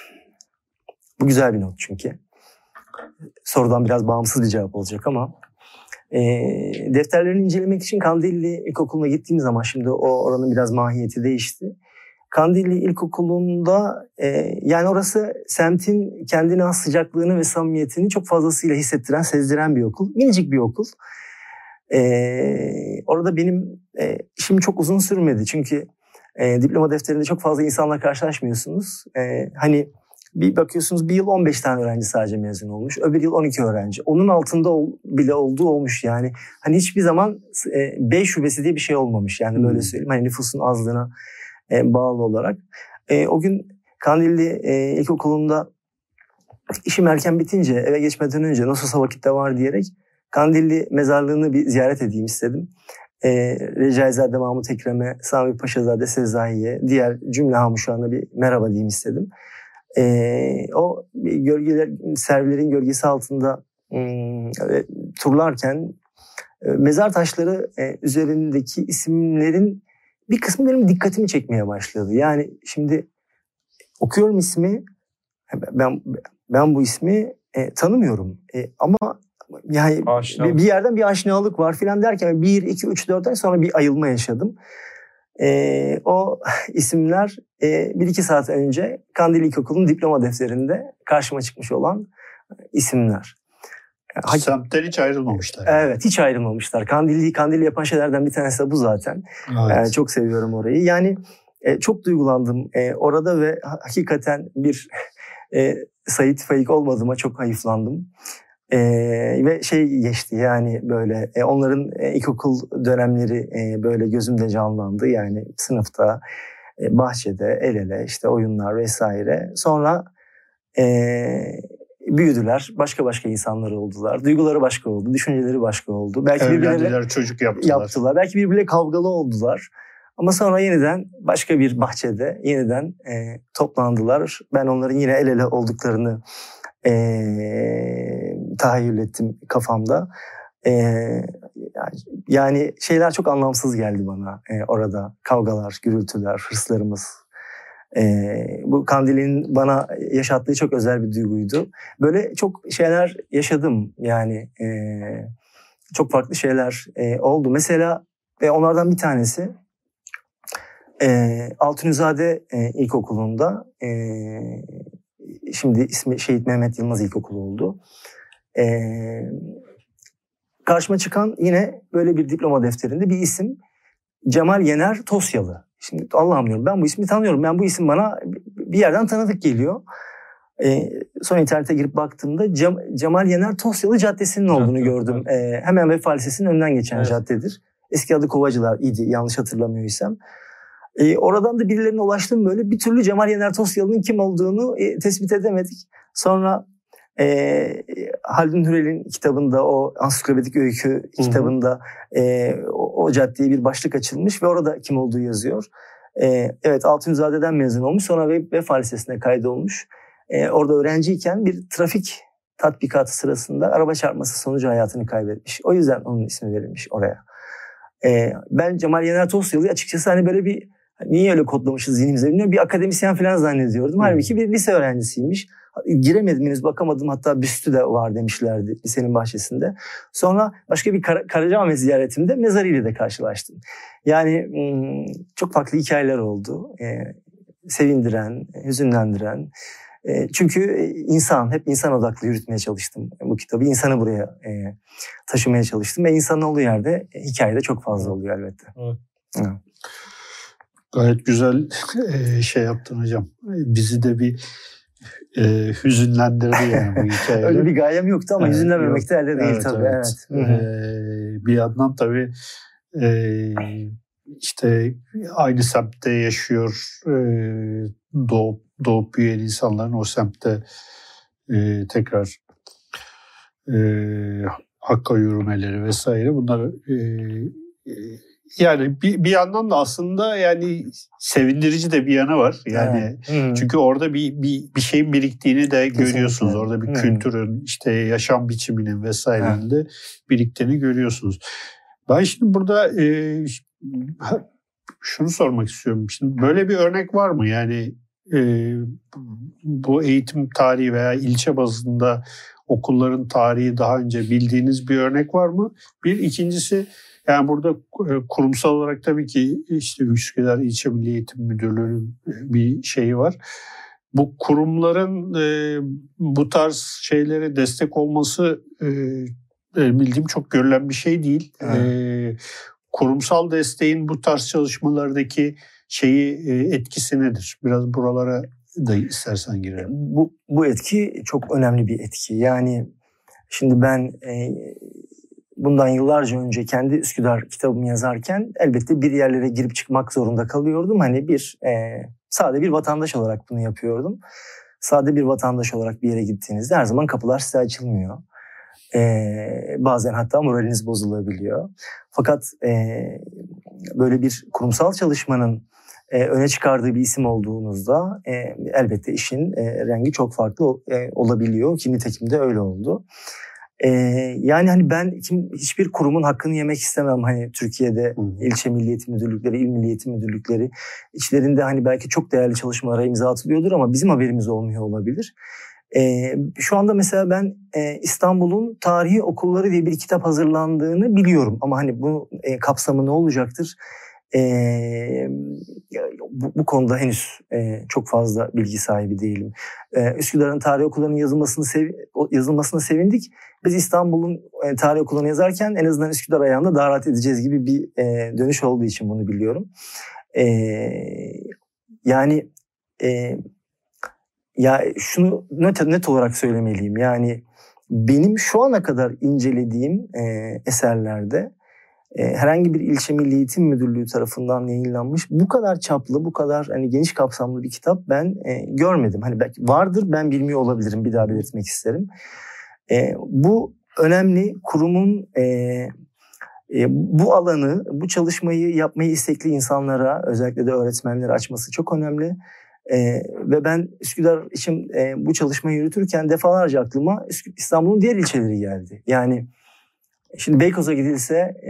bu güzel bir not çünkü. Sorudan biraz bağımsız bir cevap olacak ama. E, defterlerini incelemek için Kandilli İlkokulu'na gittiğim zaman şimdi o oranın biraz mahiyeti değişti. Kandilli İlkokulu'nda e, yani orası semtin kendine has sıcaklığını ve samimiyetini çok fazlasıyla hissettiren, sezdiren bir okul. Minicik bir okul. E, orada benim e, işim çok uzun sürmedi. Çünkü e, diploma defterinde çok fazla insanla karşılaşmıyorsunuz. E, hani bir bakıyorsunuz bir yıl on beş tane öğrenci sadece mezun olmuş. Öbür yıl on iki öğrenci. Onun altında ol, bile olduğu olmuş yani. Hani hiçbir zaman e, B şubesi diye bir şey olmamış. Yani böyle söyleyeyim. Hani nüfusun azlığına E, bağlı olarak. E, o gün Kandilli e, İlkokulu'nda işim erken bitince eve geçmeden önce nasılsa vakitte var diyerek Kandilli mezarlığını bir ziyaret edeyim istedim. E, Recaizade Mahmut Ekrem'e, Sami Paşazade Sezai'ye, diğer cümle hamuşlarına bir merhaba diyeyim istedim. E, o gölgeler, servilerin gölgesi altında e, turlarken e, mezar taşları e, üzerindeki isimlerin bir kısmı benim dikkatimi çekmeye başladı. Yani şimdi okuyorum ismi, ben ben bu ismi e, tanımıyorum. E, ama yani bir, bir yerden bir aşinalık var filan derken bir, iki, üç, dört ay sonra bir ayılma yaşadım. E, o isimler e, bir iki saat önce Kandilli İlkokulu'nun diploma defterinde karşıma çıkmış olan isimler. Semtten hiç ayrılmamışlar. Evet, hiç ayrılmamışlar. Kandilli, Kandilli yapan şeylerden bir tanesi de bu zaten. Evet. Yani çok seviyorum orayı. Yani e, çok duygulandım e, orada ve hakikaten bir e, Sait Faik olmadığıma çok hayıflandım. E, ve şey geçti yani böyle e, onların e, ilkokul dönemleri e, böyle gözümde canlandı. Yani sınıfta, e, bahçede, el ele işte oyunlar vesaire. Sonra e, büyüdüler, başka başka insanlar oldular. Duyguları başka oldu, düşünceleri başka oldu. Belki evlendiler, çocuk yaptılar. yaptılar. Belki birbirleriyle kavgalı oldular. Ama sonra yeniden başka bir bahçede yeniden e, toplandılar. Ben onların yine el ele olduklarını e, tahayyül ettim kafamda. E, yani şeyler çok anlamsız geldi bana e, orada. Kavgalar, gürültüler, hırslarımız. Ee, bu Kandil'in bana yaşattığı çok özel bir duyguydu. Böyle çok şeyler yaşadım yani e, çok farklı şeyler e, oldu. Mesela e, onlardan bir tanesi e, Altunizade e, İlkokulu'nda e, şimdi ismi Şehit Mehmet Yılmaz İlkokulu oldu. E, karşıma çıkan yine böyle bir diploma defterinde bir isim Cemal Yener Tosyalı. Şimdi Allah'ım diyorum, ben bu ismi tanıyorum. Ben bu isim bana bir yerden tanıdık geliyor. Ee, sonra internete girip baktığımda Cem, Cemal Yener Tosyalı Caddesi'nin olduğunu gördüm. Ee, hemen Vefa Lisesi'nin önünden geçen evet. caddedir. Eski adı Kovacılar idi, yanlış hatırlamıyorsam. Ee, oradan da birilerine ulaştım böyle. Bir türlü Cemal Yener Tosyalı'nın kim olduğunu e, tespit edemedik. Sonra e, Haldun Hürel'in kitabında, o Ansiklopedik Öykü Hı-hı. kitabında e, o, o caddeye bir başlık açılmış ve orada kim olduğu yazıyor. E, evet, Altunizade'den mezun olmuş, sonra Vefa Lisesi'ne kaydolmuş. E, orada öğrenciyken bir trafik tatbikatı sırasında araba çarpması sonucu hayatını kaybetmiş. O yüzden onun ismi verilmiş oraya. E, ben Cemal Yener Tosyalı'yı açıkçası hani böyle bir, niye öyle kodlamışız zihnimize bilmiyorum, bir akademisyen falan zannediyordum. Halbuki bir lise öğrencisiymiş. Giremedim henüz, bakamadım, hatta büstü de var demişlerdi lisenin bahçesinde. Sonra başka bir Kar- Karacaahmet ziyaretimde mezarıyla da karşılaştım. Yani çok farklı hikayeler oldu. Ee, sevindiren, hüzünlendiren. Ee, çünkü insan, hep insan odaklı yürütmeye çalıştım bu kitabı. İnsanı buraya e, taşımaya çalıştım ve insanın olduğu yerde e, hikayede çok fazla oluyor elbette. Evet. Evet. Gayet güzel e, şey yaptın hocam. Bizi de bir e, hüzünlendirdi yani bu hikayeler. Öyle bir gayem yoktu ama evet, hüzünlenmemek yok. de elde değil evet, tabii. Evet. Evet. Ee, bir yandan tabii e, işte aynı semtte yaşıyor, e, doğup, doğup büyüyen insanların o semtte e, tekrar e, hakka yürümeleri vesaire, bunlar e, e, yani bir, bir yandan da aslında yani sevindirici de bir yanı var. Yani evet. Çünkü orada bir bir bir şeyin biriktiğini de Kesinlikle. görüyorsunuz. Orada bir Hı. kültürün, işte yaşam biçiminin vesairenin de biriktiğini görüyorsunuz. Ben şimdi burada e, şunu sormak istiyorum. Şimdi böyle bir örnek var mı? Yani e, bu eğitim tarihi veya ilçe bazında okulların tarihi daha önce bildiğiniz bir örnek var mı? Bir, ikincisi, yani burada kurumsal olarak tabii ki işte Üsküdar İlçe Milli Eğitim Müdürlüğü'nün bir şeyi var. Bu kurumların e, bu tarz şeylere destek olması e, bildiğim çok görülen bir şey değil. E, kurumsal desteğin bu tarz çalışmalardaki şeyi e, etkisi nedir? Biraz buralara da istersen girelim. Bu, bu etki çok önemli bir etki. Yani şimdi ben e, bundan yıllarca önce kendi Üsküdar kitabımı yazarken elbette bir yerlere girip çıkmak zorunda kalıyordum. Hani bir e, sade bir vatandaş olarak bunu yapıyordum. Sade bir vatandaş olarak bir yere gittiğinizde her zaman kapılar size açılmıyor. E, bazen hatta moraliniz bozulabiliyor. Fakat e, böyle bir kurumsal çalışmanın e, öne çıkardığı bir isim olduğunuzda e, elbette işin e, rengi çok farklı e, olabiliyor. Ki nitekim de öyle oldu. Ee, yani hani ben kim, hiçbir kurumun hakkını yemek istemem. Hani Türkiye'de Hı. ilçe milli eğitim müdürlükleri, il milli eğitim müdürlükleri, içlerinde hani belki çok değerli çalışmalara imza atılıyordur ama bizim haberimiz olmuyor olabilir. Ee, şu anda mesela ben e, İstanbul'un tarihi okulları diye bir kitap hazırlandığını biliyorum ama hani bu e, kapsamı ne olacaktır? Ee, bu, bu konuda henüz e, çok fazla bilgi sahibi değilim. Ee, Üsküdar'ın tarih okullarının yazılmasını, sev, yazılmasına sevindik. Biz İstanbul'un e, tarih okullarını yazarken en azından Üsküdar ayağında daha rahat edeceğiz gibi bir e, dönüş olduğu için bunu biliyorum. E, yani e, ya şunu net, net olarak söylemeliyim. Yani benim şu ana kadar incelediğim e, eserlerde e, herhangi bir ilçe Milli Eğitim Müdürlüğü tarafından yayınlanmış bu kadar çaplı, bu kadar hani geniş kapsamlı bir kitap ben e, görmedim. Hani belki vardır, ben bilmiyor olabilirim, bir daha belirtmek isterim. E, bu önemli, kurumun e, e, bu alanı, bu çalışmayı yapmayı istekli insanlara, özellikle de öğretmenlere açması çok önemli. Ee, ve ben Üsküdar için e, bu çalışmayı yürütürken defalarca aklıma İstanbul'un diğer ilçeleri geldi. Yani şimdi Beykoz'a gidilse e,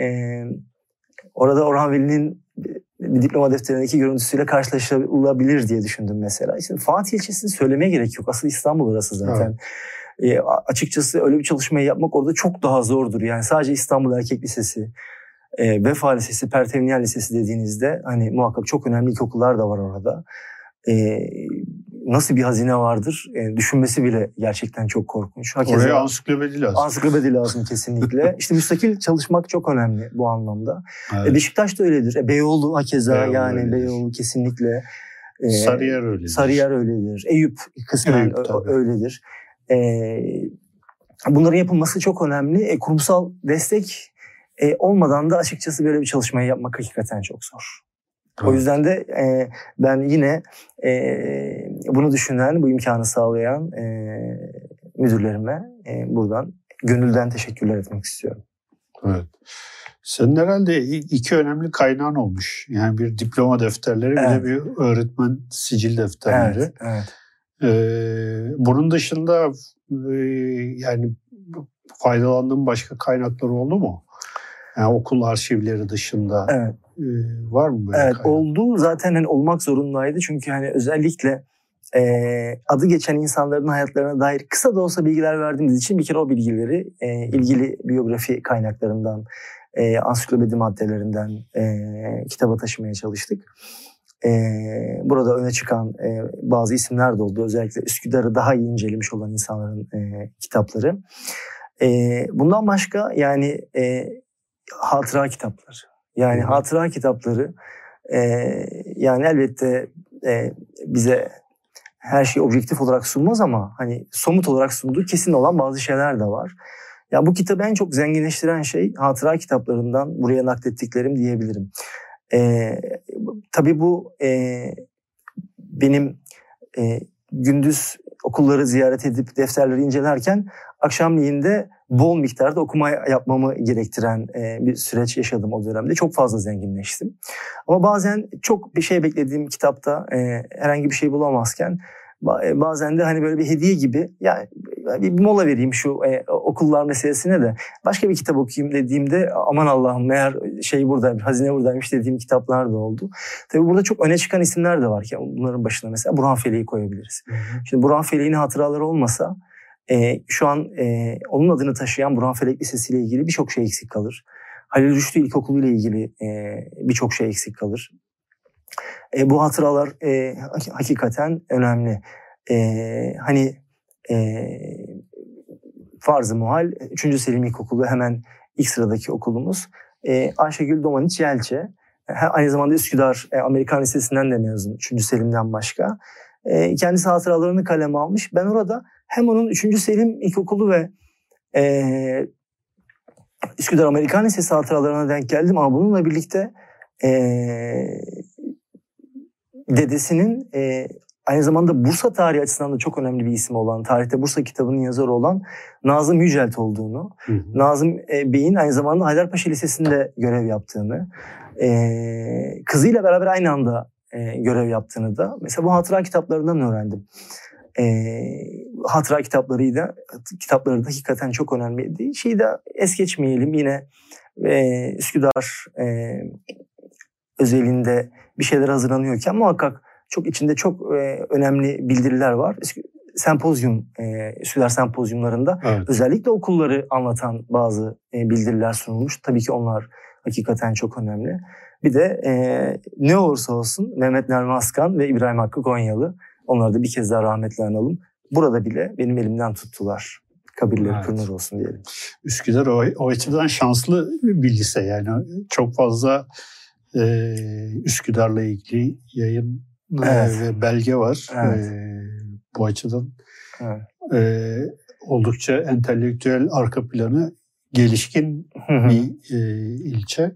orada Orhan Veli'nin bir diploma defterindeki görüntüsüyle karşılaşılabilir diye düşündüm mesela. Şimdi Fatih ilçesini söylemeye gerek yok. Asıl İstanbul orası zaten. Evet. E, açıkçası öyle bir çalışmayı yapmak orada çok daha zordur. Yani sadece İstanbul Erkek Lisesi, e, Vefa Lisesi, Pertevniyal Lisesi dediğinizde hani muhakkak çok önemli ilkokullar da var orada. Ee, nasıl bir hazine vardır e, düşünmesi bile gerçekten çok korkunç. Hakeza, oraya ansiklopedi lazım. Ansiklopedi lazım kesinlikle. İşte müstakil çalışmak çok önemli bu anlamda. Evet. E, Beşiktaş da öyledir. E, Beyoğlu hakeza Beyoğlu yani öyledir. Beyoğlu kesinlikle. E, Sarıyer öyledir. Sarıyer öyledir. Eyüp kısmen Eyüp, öyledir. E, bunların yapılması çok önemli. E, kurumsal destek e, olmadan da açıkçası böyle bir çalışmayı yapmak hakikaten çok zor. O yüzden de e, ben yine e, bunu düşünen, bu imkanı sağlayan e, müdürlerime e, buradan gönülden teşekkürler etmek istiyorum. Evet. Senin herhalde iki önemli kaynağın olmuş. Yani bir diploma defterleri, evet. Bir de bir öğretmen sicil defterleri. Evet, evet. Ee, bunun dışında e, yani faydalandığın başka kaynaklar oldu mu? Yani okul arşivleri dışında. Evet. Var mı böyle Evet, kaynak? Oldu. Zaten hani olmak zorundaydı. Çünkü hani özellikle e, adı geçen insanların hayatlarına dair kısa da olsa bilgiler verdiğimiz için bir kere o bilgileri e, ilgili biyografi kaynaklarından, e, ansiklopedi maddelerinden e, kitaba taşımaya çalıştık. E, burada öne çıkan e, bazı isimler de oldu. Özellikle Üsküdar'ı daha iyi incelemiş olan insanların e, kitapları. E, bundan başka yani e, hatıra kitapları. Yani hmm. hatıra kitapları e, yani elbette e, bize her şeyi objektif olarak sunmaz ama hani somut olarak sunduğu kesin olan bazı şeyler de var. Ya bu kitabı en çok zenginleştiren şey hatıra kitaplarından buraya naklettiklerim diyebilirim. E, tabii bu e, benim e, gündüz okulları ziyaret edip defterleri incelerken akşamleyin de bol miktarda okuma yapmamı gerektiren e, bir süreç yaşadım o dönemde. Çok fazla zenginleştim. Ama bazen çok bir şey beklediğim kitapta e, herhangi bir şey bulamazken bazen de hani böyle bir hediye gibi yani bir mola vereyim şu e, okullar meselesine de başka bir kitap okuyayım dediğimde aman Allah'ım meğer şey buradaymış, hazine buradaymış dediğim kitaplar da oldu. Tabii burada çok öne çıkan isimler de var ki bunların başına mesela Burhan Feleği koyabiliriz. Hı hı. Şimdi Burhan Feleği'nin hatıraları olmasa e, şu an e, onun adını taşıyan Burhan Felek Lisesi ile ilgili birçok şey eksik kalır. Halil Rüştü İlkokulu ile ilgili e, birçok şey eksik kalır. E, bu hatıralar e, hakikaten önemli. E, hani e, farz-ı muhal üçüncü Selim İlkokulu hemen ilk sıradaki okulumuz. E, Ayşegül Domaniç Yelçe. Aynı zamanda Üsküdar e, Amerikan Lisesi'nden de mezun. üçüncü Selim'den başka. E, kendisi hatıralarını kaleme almış. Ben orada hem onun üçüncü Selim İlkokulu ve e, Üsküdar Amerikan Lisesi hatıralarına denk geldim. Ama bununla birlikte e, dedesinin e, aynı zamanda Bursa tarihi açısından da çok önemli bir isim olan, tarihte Bursa kitabının yazarı olan Nazım Yücelt olduğunu, hı hı. Nazım e, Bey'in aynı zamanda Haydarpaşa Lisesi'nde görev yaptığını, e, kızıyla beraber aynı anda e, görev yaptığını da mesela bu hatıra kitaplarından öğrendim. E, hatıra kitapları da, kitapları da hakikaten çok önemliydi. Şeyi de es geçmeyelim yine e, Üsküdar e, özelinde bir şeyler hazırlanıyorken muhakkak çok içinde çok e, önemli bildiriler var. Sempozyum, e, Üsküdar sempozyumlarında evet. Özellikle okulları anlatan bazı e, bildiriler sunulmuş. Tabii ki onlar hakikaten çok önemli. Bir de e, ne olursa olsun Mehmet Nermi Askan ve İbrahim Hakkı Konyalı. Onları da bir kez daha rahmetle analım. Burada bile benim elimden tuttular. Kabirleri evet. Pırnır olsun diyelim. Üsküdar o, o açıdan şanslı bir lise yani. Çok fazla e, Üsküdar'la ilgili yayın evet. e, ve belge var. Evet. E, bu açıdan evet. e, oldukça entelektüel arka planı gelişkin bir e, ilçe.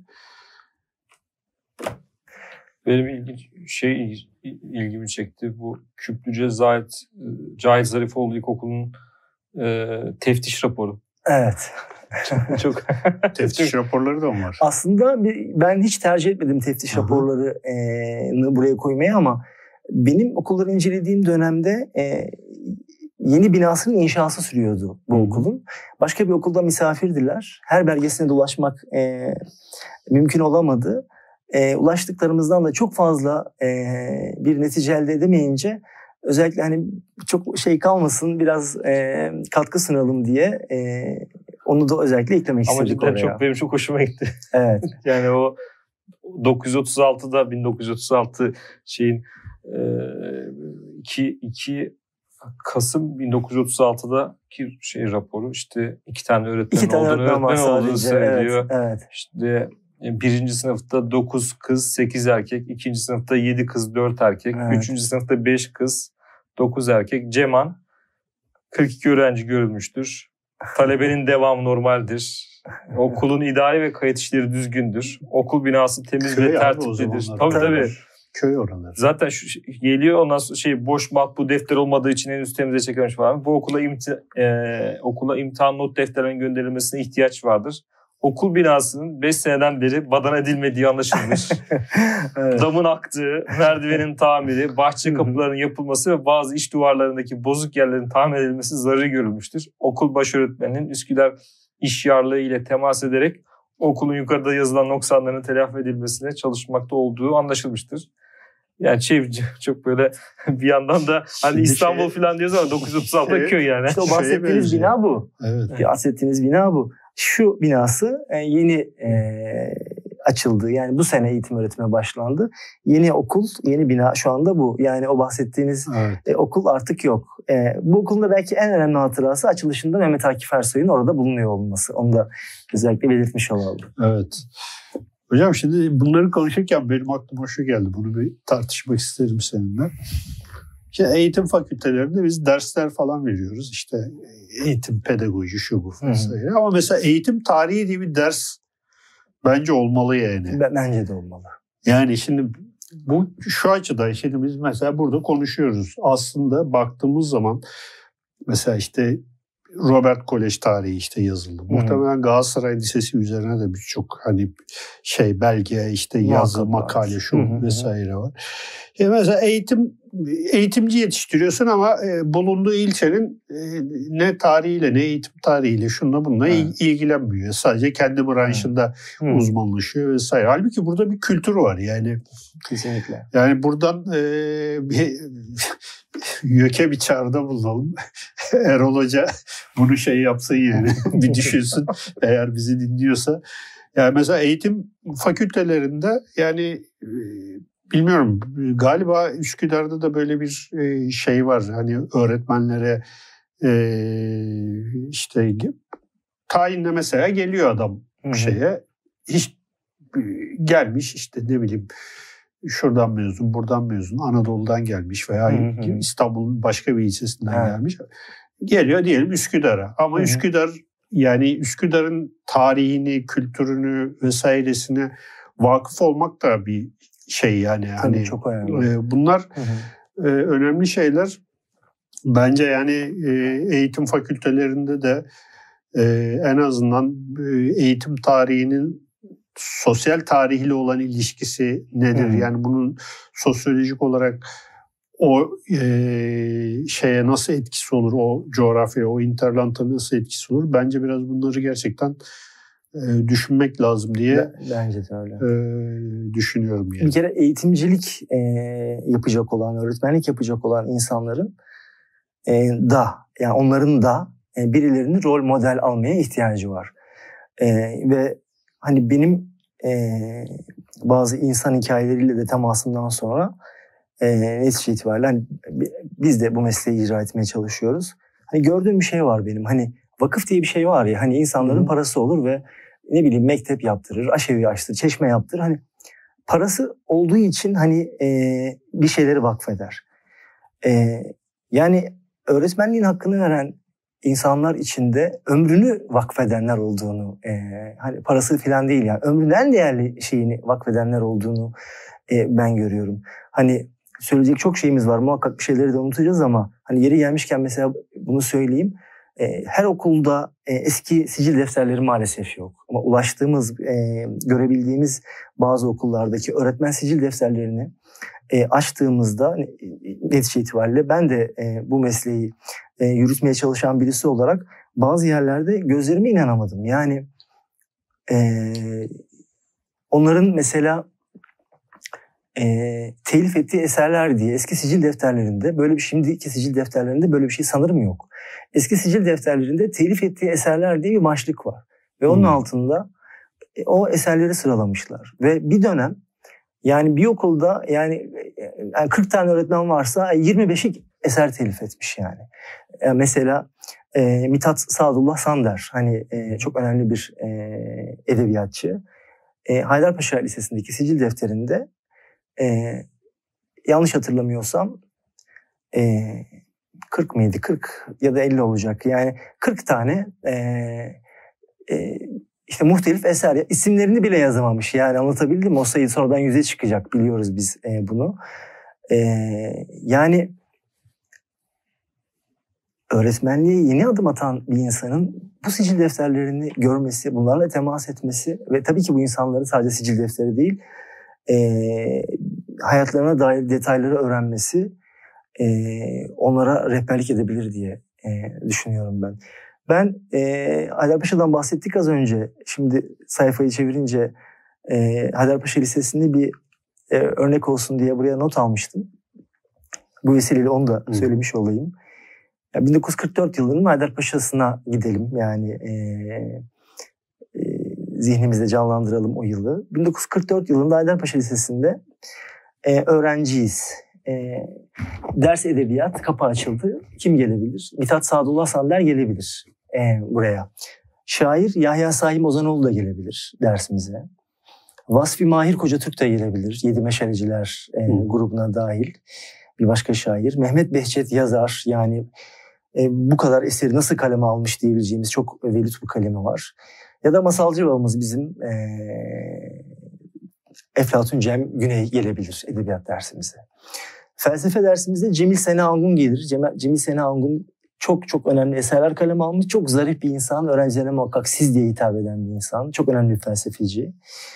Benim ilginç şey ilgimi çekti. Bu Küplüce Zahit, Cahit Zarifoğlu İlkokulu'nun e, teftiş raporu. Evet. Çok teftiş raporları da mı var? Aslında ben hiç tercih etmedim teftiş Aha. raporlarını buraya koymayı ama benim okulları incelediğim dönemde e, yeni binasının inşası sürüyordu bu Hı-hı. okulun. Başka bir okulda misafirdiler. Her belgesine de ulaşmak e, mümkün olamadı. E, ulaştıklarımızdan da çok fazla e, bir netice elde edemeyince özellikle hani çok şey kalmasın biraz e, katkı sunalım diye e, onu da özellikle eklemek Ama istedik oraya. Ama cidden çok benim çok hoşuma gitti. Evet. Yani o dokuz yüz otuz altıda bin dokuz yüz otuz altı şeyin iki Kasım bin dokuz yüz otuz altıdaki şey raporu işte iki tane öğretmen iki tane olduğunu, öğretmen olduğunu söylüyor. Evet, evet. İşte birinci sınıfta dokuz kız, sekiz erkek, ikinci sınıfta yedi kız, dört erkek, evet. üçüncü sınıfta beş kız, dokuz erkek. Ceman kırk iki öğrenci görülmüştür. Talebenin devamı normaldir. Okulun idari ve kayıt işleri düzgündür. Okul binası temiz Köy ve tertiplidir. Tabii tabii. Köy oraları. Zaten şu geliyor ondan sonra şey boş matbu defter olmadığı için henüz temize çekilmiş falan. Bu okula imti, e, okula imtihan not defterlerinin gönderilmesine ihtiyaç vardır. Okul binasının beş seneden beri badana edilmediği anlaşılmış. Evet. Damın aktığı, merdivenin tamiri, bahçe kapılarının yapılması ve bazı iç duvarlarındaki bozuk yerlerin tamir edilmesi zararı görülmüştür. Okul başöğretmeninin Üsküdar İşyarlığı ile temas ederek okulun yukarıda yazılan noksanlarının telafi edilmesine çalışmakta olduğu anlaşılmıştır. Yani şey çok böyle bir yandan da hani Şimdi İstanbul şey, falan diyoruz ama dokuz yüz otuz altı şey, köy yani. İşte o bahsettiğiniz bina bu. Evet. Bahsettiğiniz bina bu. Şu binası yeni e, açıldı. Yani bu sene eğitim öğretime başlandı. Yeni okul, yeni bina şu anda bu. Yani o bahsettiğiniz evet. e, okul artık yok. E, bu okulun da belki en önemli hatırası açılışında Mehmet Akif Ersoy'un orada bulunuyor olması. Onu da özellikle belirtmiş olalım. Evet. Hocam şimdi bunları konuşurken benim aklıma şu geldi. Bunu bir tartışmak isterim seninle. İşte eğitim fakültelerinde biz dersler falan veriyoruz. İşte eğitim, pedagoji, şu bu vesaire. Ama mesela eğitim tarihi diye bir ders bence olmalı yani. Bence de olmalı. Yani şimdi bu şu açıdan şimdi biz mesela burada konuşuyoruz. Aslında baktığımız zaman mesela işte Robert Kolej tarihi işte yazıldı. Hmm. Muhtemelen Galatasaray Lisesi üzerine de birçok hani şey belge işte yazı, Muhakkak makale şu hmm. vesaire var. Yani mesela eğitim eğitimci yetiştiriyorsun ama e, bulunduğu ilçenin e, ne tarihiyle ne eğitim tarihiyle şununla bununla hmm. ilgilenmiyor. Sadece kendi branşında hmm. uzmanlaşıyor vesaire. Halbuki burada bir kültür var yani. Kesinlikle. Yani buradan e, bir YÖK'e bir çağrıda bulunalım. Erol Hoca bunu şey yapsın yani bir düşünsün eğer bizi dinliyorsa. Yani mesela eğitim fakültelerinde yani e, bilmiyorum galiba Üsküdar'da da böyle bir e, şey var. Hani öğretmenlere e, işte tayinle mesela geliyor adam Hı-hı. şeye hiç gelmiş işte ne bileyim şuradan mezun, buradan mezun, Anadolu'dan gelmiş veya hı hı. İstanbul'un başka bir ilçesinden evet. gelmiş. Geliyor diyelim Üsküdar'a. Ama hı hı. Üsküdar yani Üsküdar'ın tarihini, kültürünü vesairesine vakıf olmak da bir şey yani. Tabii hani çok önemli. E, bunlar hı hı. E, önemli şeyler. Bence yani e, eğitim fakültelerinde de e, en azından e, eğitim tarihinin sosyal tarihle olan ilişkisi nedir? Hmm. Yani bunun sosyolojik olarak o e, şeye nasıl etkisi olur? O coğrafyaya, o interlanta nasıl etkisi olur? Bence biraz bunları gerçekten e, düşünmek lazım diye bence de öyle. E, düşünüyorum yani. Bir kere eğitimcilik e, yapacak olan, öğretmenlik yapacak olan insanların e, da, yani onların da e, birilerini rol model almaya ihtiyacı var. E, ve hani benim e, bazı insan hikayeleriyle de temasımdan sonra e, netice itibariyle hani, biz de bu mesleği icra etmeye çalışıyoruz. Hani gördüğüm bir şey var benim. Hani vakıf diye bir şey var ya. Hani insanların Hı. parası olur ve ne bileyim mektep yaptırır, aşevi açtır, çeşme yaptırır. Hani parası olduğu için hani e, bir şeyleri vakfeder. E, yani öğretmenliğin hakkını veren insanlar içinde ömrünü vakfedenler olduğunu, e, hani parası falan değil yani, ömrünün en değerli şeyini vakfedenler olduğunu e, ben görüyorum. Hani söyleyecek çok şeyimiz var, muhakkak bir şeyleri de unutacağız ama hani yeri gelmişken mesela bunu söyleyeyim. E, her okulda e, eski sicil defterleri maalesef yok. Ama ulaştığımız, e, görebildiğimiz bazı okullardaki öğretmen sicil defterlerini e, açtığımızda netice itibariyle ben de e, bu mesleği e, yürütmeye çalışan birisi olarak bazı yerlerde gözlerime inanamadım. Yani e, onların mesela e, telif ettiği eserler diye eski sicil defterlerinde böyle bir, şimdiki sicil defterlerinde böyle bir şey sanırım yok. Eski sicil defterlerinde telif ettiği eserler diye bir başlık var. Ve onun hmm. altında e, o eserleri sıralamışlar. Ve bir dönem yani bir okulda yani, yani kırk tane öğretmen varsa yirmi beşi eser telif etmiş yani. yani mesela e, Mithat Sadullah Sander, hani e, çok önemli bir e, edebiyatçı. E, Haydarpaşa Lisesi'ndeki sicil defterinde e, yanlış hatırlamıyorsam e, kırk mıydı? kırk ya da elli olacak. Yani kırk tane e, e, işte muhtelif eser. Ya, isimlerini bile yazamamış. Yani anlatabildim mi? O sayı sonradan yüze çıkacak. Biliyoruz biz e, bunu. E, yani öğretmenliğe yeni adım atan bir insanın bu sicil defterlerini görmesi, bunlarla temas etmesi ve tabii ki bu insanların sadece sicil defteri değil, e, hayatlarına dair detayları öğrenmesi e, onlara rehberlik edebilir diye e, düşünüyorum ben. Ben e, Haydarpaşa'dan bahsettik az önce. Şimdi sayfayı çevirince e, Haydarpaşa Lisesi'nde bir e, örnek olsun diye buraya not almıştım. Bu vesileyle onu da Hı. söylemiş olayım. Ya bin dokuz yüz kırk dört yılının Haydarpaşa'sına gidelim. Yani e, e, zihnimizde canlandıralım o yılı. bin dokuz yüz kırk dört yılında Haydarpaşa Lisesi'nde e, öğrenciyiz. E, ders edebiyat kapı açıldı. Kim gelebilir? Mithat Sadullah Sander gelebilir e, buraya. Şair Yahya Saim Ozanoğlu da gelebilir dersimize. Vasfi Mahir Kocatürk de gelebilir. Yedi Meşaleciler e, grubuna dahil. Bir başka şair. Mehmet Behçet yazar. Yani e, bu kadar eseri nasıl kaleme almış diyebileceğimiz çok velut bir kalemi var. Ya da masalcı babamız bizim e, Eflatun Cem Güney gelebilir edebiyat dersimize. Felsefe dersimizde Cemil Sena Angun gelir. Cem, Cemil Sena Angun çok çok önemli eserler kaleme almış. Çok zarif bir insan. Öğrencilerine muhakkak siz diye hitap eden bir insan. Çok önemli bir felsefeci.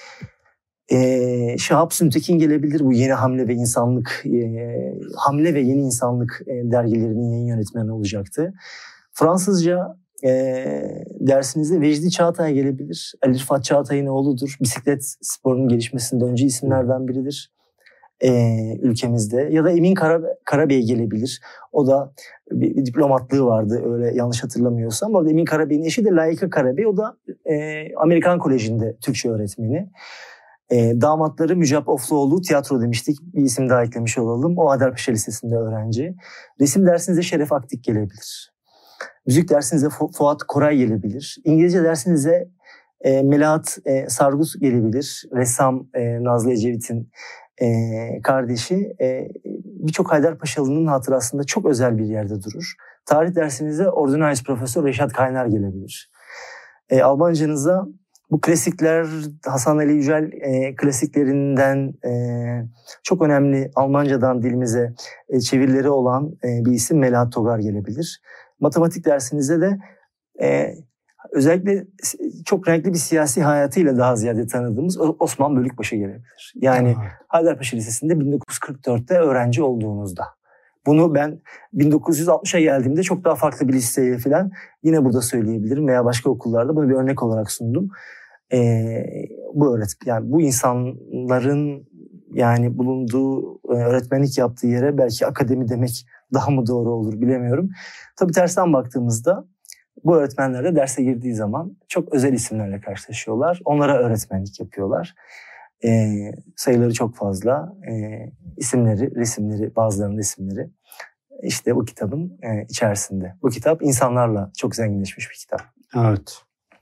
Ee, Şahap Süntekin gelebilir. Bu Yeni Hamle ve İnsanlık, e, Hamle ve Yeni İnsanlık e, dergilerinin yayın yönetmeni olacaktı. Fransızca e, dersinizde Vecdi Çağatay gelebilir. Ali Rıfat Çağatay'ın oğludur. Bisiklet sporunun gelişmesinde önce isimlerden biridir e, ülkemizde. Ya da Emin Kara, Karabey gelebilir. O da bir, bir diplomatlığı vardı öyle yanlış hatırlamıyorsam. Orada Emin Karabey'in eşi de Layıka Karabey. O da e, Amerikan Koleji'nde Türkçe öğretmeni. E, damatları Mücap Ofluoğlu, tiyatro demiştik. Bir isim daha eklemiş olalım. O Haydarpaşa Lisesi'nde öğrenci. Resim dersinize Şeref Aktik gelebilir. Müzik dersinize Fu- Fuat Koray gelebilir. İngilizce dersinize e, Melahat e, Sargut gelebilir. Ressam e, Nazlı Ecevit'in e, kardeşi. E, Birçok Haydarpaşalı'nın hatırasında çok özel bir yerde durur. Tarih dersinize Ordinarius Profesör Reşat Kaynar gelebilir. E, Almancanıza bu klasikler, Hasan Ali Yücel e, klasiklerinden e, çok önemli Almancadan dilimize e, çevirileri olan e, bir isim Melahat Togar gelebilir. Matematik dersinize de e, özellikle çok renkli bir siyasi hayatıyla daha ziyade tanıdığımız Osman Bölükbaşı gelebilir. Yani Haydarpaşa Lisesi'nde bin dokuz yüz kırk dörtte öğrenci olduğunuzda. Bunu ben bin dokuz yüz altmışa geldiğimde çok daha farklı bir listeyle falan yine burada söyleyebilirim veya başka okullarda bunu bir örnek olarak sundum. Ee, bu öğretmen, yani bu insanların yani bulunduğu öğretmenlik yaptığı yere belki akademi demek daha mı doğru olur bilemiyorum. Tabii tersten baktığımızda bu öğretmenler de derse girdiği zaman çok özel isimlerle karşılaşıyorlar. Onlara öğretmenlik yapıyorlar. Ee, sayıları çok fazla. Ee, isimleri, resimleri, bazılarının isimleri işte bu kitabın e, içerisinde. Bu kitap insanlarla çok zenginleşmiş bir kitap. Evet.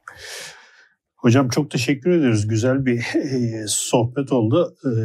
Hocam çok teşekkür ediyoruz. Güzel bir e, sohbet oldu. E,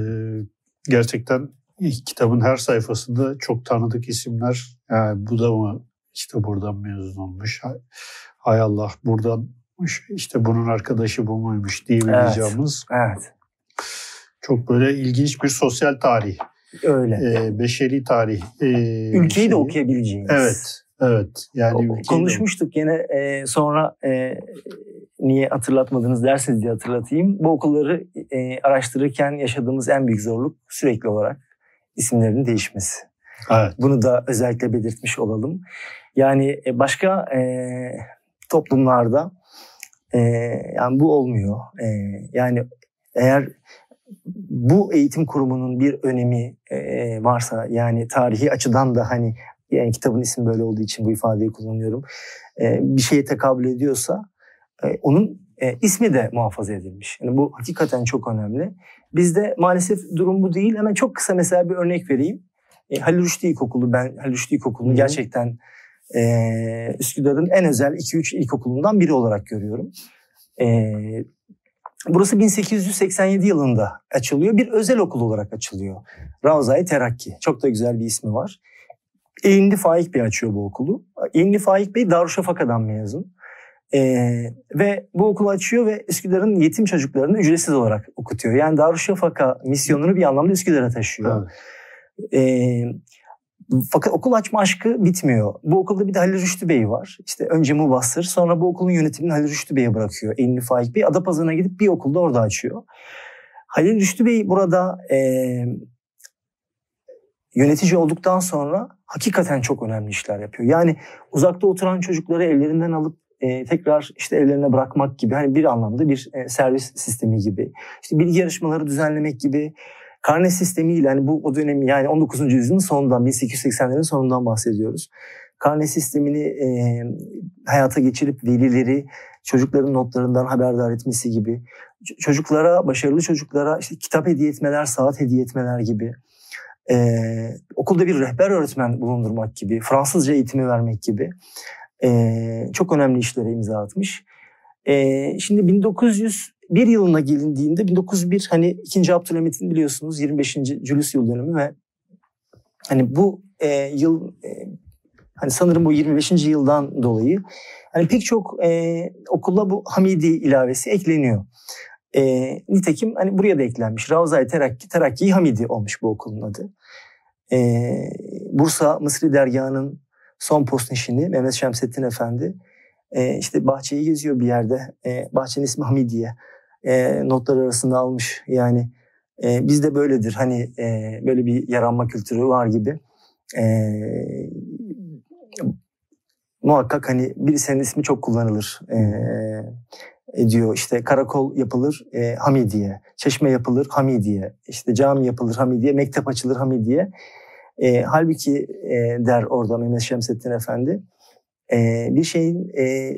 gerçekten kitabın her sayfasında çok tanıdık isimler. Yani bu da mı işte buradan mezun olmuş. Hay Allah buradan işte bunun arkadaşı bu muymuş diyebileceğimiz. Evet, evet. Çok böyle ilginç bir sosyal tarih. Öyle. E, beşeri tarih. E, Ülkeyi şeyi. de okuyabileceğiniz. Evet. Evet. Yani o, konuşmuştuk de... yine e, sonra e, niye hatırlatmadınız derseniz diye hatırlatayım. Bu okulları e, araştırırken yaşadığımız en büyük zorluk sürekli olarak isimlerinin değişmesi. Evet. Bunu da özellikle belirtmiş olalım. Yani başka e, toplumlarda e, yani bu olmuyor. E, yani eğer bu eğitim kurumunun bir önemi e, varsa, yani tarihi açıdan da hani yani kitabın ismi böyle olduğu için bu ifadeyi kullanıyorum. E, bir şeye tekabül ediyorsa e, onun e, ismi de muhafaza edilmiş. Yani bu hakikaten çok önemli. Bizde maalesef durum bu değil. Hemen çok kısa mesela bir örnek vereyim. E, Halil Rüştü İlkokulu, ben Halil Rüştü İlkokulu'nu gerçekten e, Üsküdar'ın en özel iki üç ilkokulundan biri olarak görüyorum. E, burası bin sekiz yüz seksen yedi yılında açılıyor. Bir özel okul olarak açılıyor. Ravza-i Terakki. Çok da güzel bir ismi var. Eğimli Faik Bey açıyor bu okulu. Eğimli Faik Bey Darüşşafaka'dan mezun. Ee, ve bu okulu açıyor ve Üsküdar'ın yetim çocuklarını ücretsiz olarak okutuyor. Yani Darüşşafaka misyonunu bir anlamda Üsküdar'a taşıyor. Evet. Ee, fakat okul açma aşkı bitmiyor. Bu okulda bir de Halil Rüştü Bey var. İşte önce Mubassır, sonra bu okulun yönetimini Halil Rüştü Bey'e bırakıyor. Eğimli Faik Bey Adapazarı'na gidip bir okulda orada açıyor. Halil Rüştü Bey burada e, yönetici olduktan sonra hakikaten çok önemli işler yapıyor. Yani uzakta oturan çocukları evlerinden alıp e, tekrar işte evlerine bırakmak gibi, hani bir anlamda bir e, servis sistemi gibi. İşte bilgi yarışmaları düzenlemek gibi. Karne sistemiyle, yani bu o dönemi, yani on dokuzuncu yüzyılın sonundan, bin sekiz yüz seksenlerin sonundan bahsediyoruz. Karne sistemini e, hayata geçirip velileri çocukların notlarından haberdar etmesi gibi. Çocuklara, başarılı çocuklara işte kitap hediye etmeler, saat hediye etmeler gibi. Ee, okulda bir rehber öğretmen bulundurmak gibi, Fransızca eğitimi vermek gibi ee, çok önemli işlere imza atmış. Ee, şimdi bin dokuz yüz bir yılına gelindiğinde, bin dokuz yüz bir hani ikinci. Abdülhamit'in biliyorsunuz yirmi beşinci Julius yıl dönümü ve hani bu e, yıl e, hani sanırım bu yirmi beşinci yıldan dolayı hani pek çok e, okula bu Hamidi ilavesi ekleniyor. E, nitekim hani buraya da eklenmiş. Ravza-i Terakki, Terakki Hamidi olmuş bu okulun adı. E, Bursa Mısri Dergahı'nın son postnişini Mehmet Şemsettin Efendi e, işte bahçeyi geziyor bir yerde. E, bahçenin ismi Hamidiye. E, notlar arasında almış. Yani e, bizde böyledir. Hani e, böyle bir yaranma kültürü var gibi. E, muhakkak hani birisinin ismi çok kullanılır. E, ediyor. İşte karakol yapılır e, Hamidiye, çeşme yapılır Hamidiye, işte cami yapılır Hamidiye, mektep açılır Hamidiye. E, halbuki e, der orada Mehmet Şemsettin Efendi, e, bir şeyin e,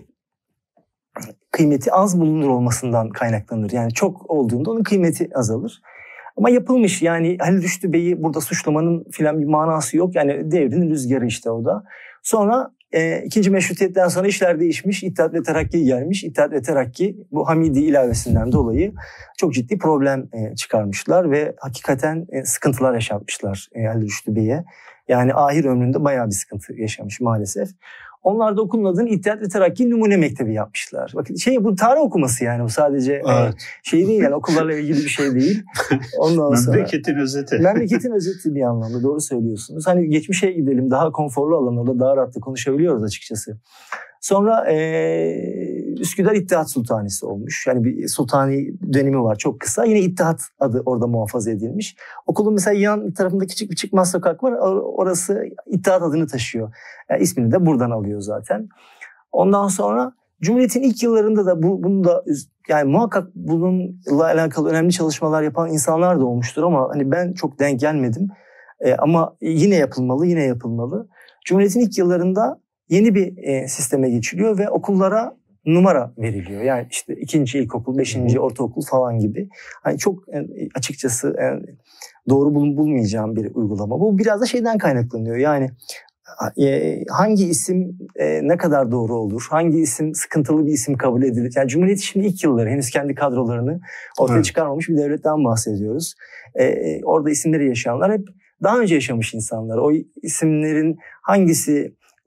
kıymeti az bulunur olmasından kaynaklanır. Yani çok olduğunda onun kıymeti azalır. Ama yapılmış, yani Halil Rüştü Bey'i burada suçlamanın filan bir manası yok. Yani devrin rüzgarı işte o da. Sonra e, ikinci meşrutiyetten sonra işler değişmiş. İttihat ve Terakki gelmiş. İttihat ve Terakki bu Hamidi ilavesinden dolayı çok ciddi problem e, çıkarmışlar ve hakikaten e, sıkıntılar yaşatmışlar e, Halil Rüştü Bey'e. Yani ahir ömründe bayağı bir sıkıntı yaşamış maalesef. Onlar da okulun adını İttihat ve Terakki Numune Mektebi yapmışlar. Bakın şey, bu tarih okuması, yani bu sadece evet. e, şey değil, yani okullarla ilgili bir şey değil. Ondan sonra memleketin özeti. Memleketin özeti bir anlamda, doğru söylüyorsunuz. Hani geçmişe gidelim, daha konforlu alanlarda daha rahatlı konuşabiliyoruz açıkçası. Sonra e, Üsküdar İttihat Sultanisi olmuş. Yani bir sultani dönemi var çok kısa. Yine İttihat adı orada muhafaza edilmiş. Okulun mesela yan tarafında küçük bir çıkmaz sokak var. Orası İttihat adını taşıyor. Yani ismini de buradan alıyor zaten. Ondan sonra Cumhuriyet'in ilk yıllarında da bu, bunu da yani muhakkak bununla alakalı önemli çalışmalar yapan insanlar da olmuştur ama hani ben çok denk gelmedim. E, ama yine yapılmalı, yine yapılmalı. Cumhuriyet'in ilk yıllarında yeni bir e, sisteme geçiliyor ve okullara numara veriliyor. Yani işte ikinci ilkokul, beşinci ortaokul falan gibi. Hani çok e, açıkçası e, doğru bul- bulmayacağım bir uygulama. Bu biraz da şeyden kaynaklanıyor. Yani e, hangi isim e, ne kadar doğru olur? Hangi isim sıkıntılı bir isim kabul edilir? Yani Cumhuriyet şimdi ilk yılları, henüz kendi kadrolarını ortaya evet. çıkarmamış bir devletten bahsediyoruz. E, orada isimleri yaşayanlar hep daha önce yaşamış insanlar. O isimlerin hangisi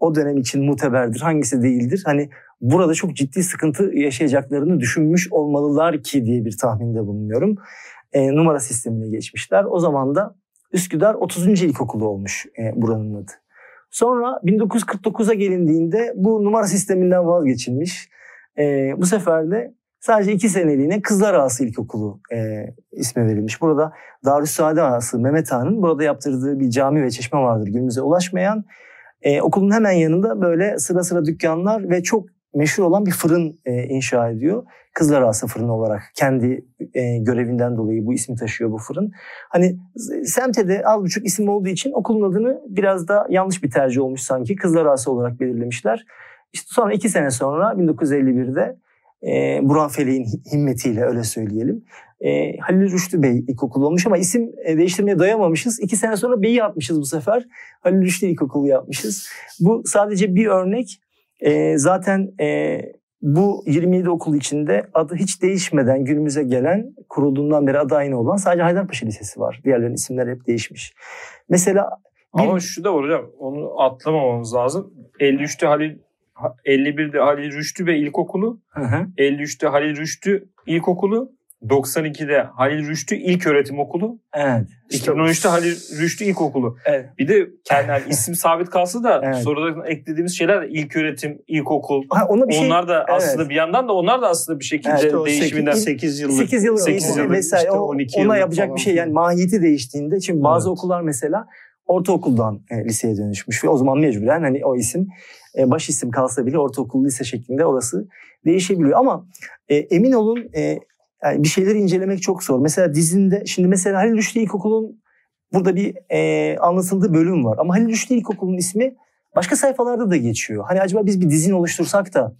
o dönem için muteberdir, hangisi değildir? Hani burada çok ciddi sıkıntı yaşayacaklarını düşünmüş olmalılar ki diye bir tahminde bulunuyorum. E, numara sistemine geçmişler. O zaman da Üsküdar otuzuncu İlkokulu olmuş e, buranın adı. Sonra bin dokuz yüz kırk dokuza gelindiğinde bu numara sisteminden vazgeçilmiş. E, bu sefer de sadece iki seneliğine Kızlar Ağası İlkokulu e, ismi verilmiş. Burada Darüssaade Ağası Mehmet Ağa'nın burada yaptırdığı bir cami ve çeşme vardır günümüze ulaşmayan. E, okulun hemen yanında böyle sıra sıra dükkanlar ve çok meşhur olan bir fırın e, inşa ediyor. Kızlar Ağası fırını olarak kendi e, görevinden dolayı bu ismi taşıyor bu fırın. Hani semte de az buçuk isim olduğu için okulun adını biraz da yanlış bir tercih olmuş sanki. Kızlar Ağası olarak belirlemişler. İşte sonra iki sene sonra bin dokuz yüz elli birde e, Burhan Felek'in himmetiyle öyle söyleyelim. E, Halil Rüştü Bey İlkokulu olmuş ama isim e, değiştirmeye doyamamışız. İki sene sonra Bey'i atmışız bu sefer. Halil Rüştü İlkokulu yapmışız. Bu sadece bir örnek. E, zaten e, bu yirmi yedi okul içinde adı hiç değişmeden günümüze gelen, kurulduğundan beri adı aynı olan sadece Haydarpaşa Lisesi var. Diğerlerinin isimleri hep değişmiş. Mesela bir... Ama şu da var hocam, onu atlamamamız lazım. elli üçte Halil, elli birde Halil Rüştü Bey İlkokulu, hı hı. elli üçte Halil Rüştü İlkokulu, doksan ikide Halil Rüştü İlköğretim Okulu. Evet. İşte iki bin on üçte Halil Rüştü İlkokulu. Evet. Bir de kendi yani isim sabit kalsa da evet. sonradan eklediğimiz şeyler de ilköğretim, ilkokul. Ha, ona bir onlar şey, da aslında evet. bir yandan da onlar da aslında bir şekilde evet, değişiminden sekiz yıllık sekiz yıllık sekiz yıllık mesela işte on iki ona yapacak falan bir şey yani mahiyeti değiştiğinde çünkü bazı evet. okullar mesela ortaokuldan e, liseye dönüşmüş ve o zaman mecburen hani o isim e, baş isim kalsa bile ortaokul lise şeklinde orası değişebiliyor ama e, emin olun e, yani bir şeyleri incelemek çok zor. Mesela dizinde, şimdi mesela Halil Rüştü İlkokulu'nun burada bir e, anlatıldığı bölüm var. Ama Halil Rüştü İlkokulu'nun ismi başka sayfalarda da geçiyor. Hani acaba biz bir dizini oluştursak da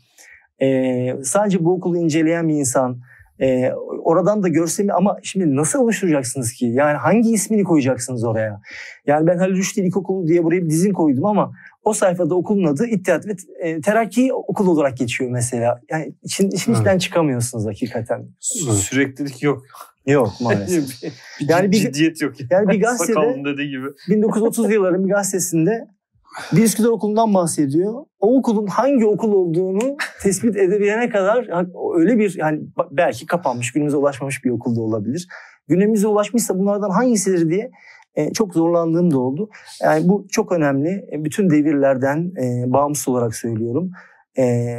e, sadece bu okulu inceleyen bir insan e, oradan da görse mi? Ama şimdi nasıl oluşturacaksınız ki? Yani hangi ismini koyacaksınız oraya? Yani ben Halil Rüştü İlkokulu diye buraya bir dizin koydum ama o sayfada okulun adı İttihat ve e, Terakki Okulu olarak geçiyor mesela. Yani için, için içten çıkamıyorsunuz hakikaten. Süreklilik yok. Yok maalesef. bir yani bir ciddiyet yok. Yani bir gazetede dediği gibi. bin dokuz yüz otuzlu yılların bir gazetesinde bir Üsküdar Okulu'ndan bahsediyor. O okulun hangi okul olduğunu tespit edebilene kadar öyle bir yani belki kapanmış, günümüze ulaşmamış bir okulda olabilir. Günümüze ulaşmışsa bunlardan hangisidir diye e, çok zorlandığım da oldu. Yani bu çok önemli. Bütün devirlerden e, bağımsız olarak söylüyorum. E,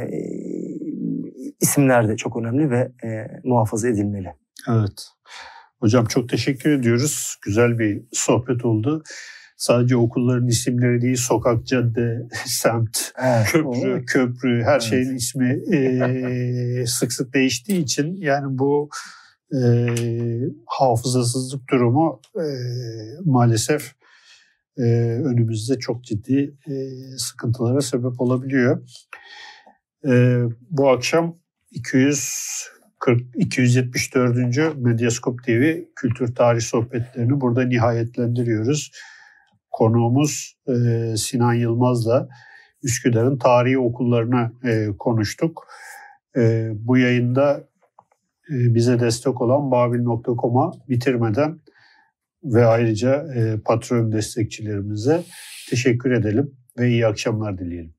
isimler de çok önemli ve e, muhafaza edilmeli. Evet. Hocam çok teşekkür ediyoruz. Güzel bir sohbet oldu. Sadece okulların isimleri değil, sokak, cadde, semt, evet, köprü, o. köprü, her evet. şeyin ismi e, sık sık değiştiği için yani bu e, hafızasızlık durumu e, maalesef e, önümüzde çok ciddi e, sıkıntılara sebep olabiliyor. E, bu akşam iki yüz kırk iki yüz yetmiş dördüncü Medyaskop T V Kültür Tarih Sohbetlerini burada nihayetlendiriyoruz. Konuğumuz e, Sinan Yılmaz'la Üsküdar'ın tarihi okullarını e, konuştuk. E, bu yayında e, bize destek olan babil nokta com'a bitirmeden ve ayrıca e, patron destekçilerimize teşekkür edelim ve iyi akşamlar dileyelim.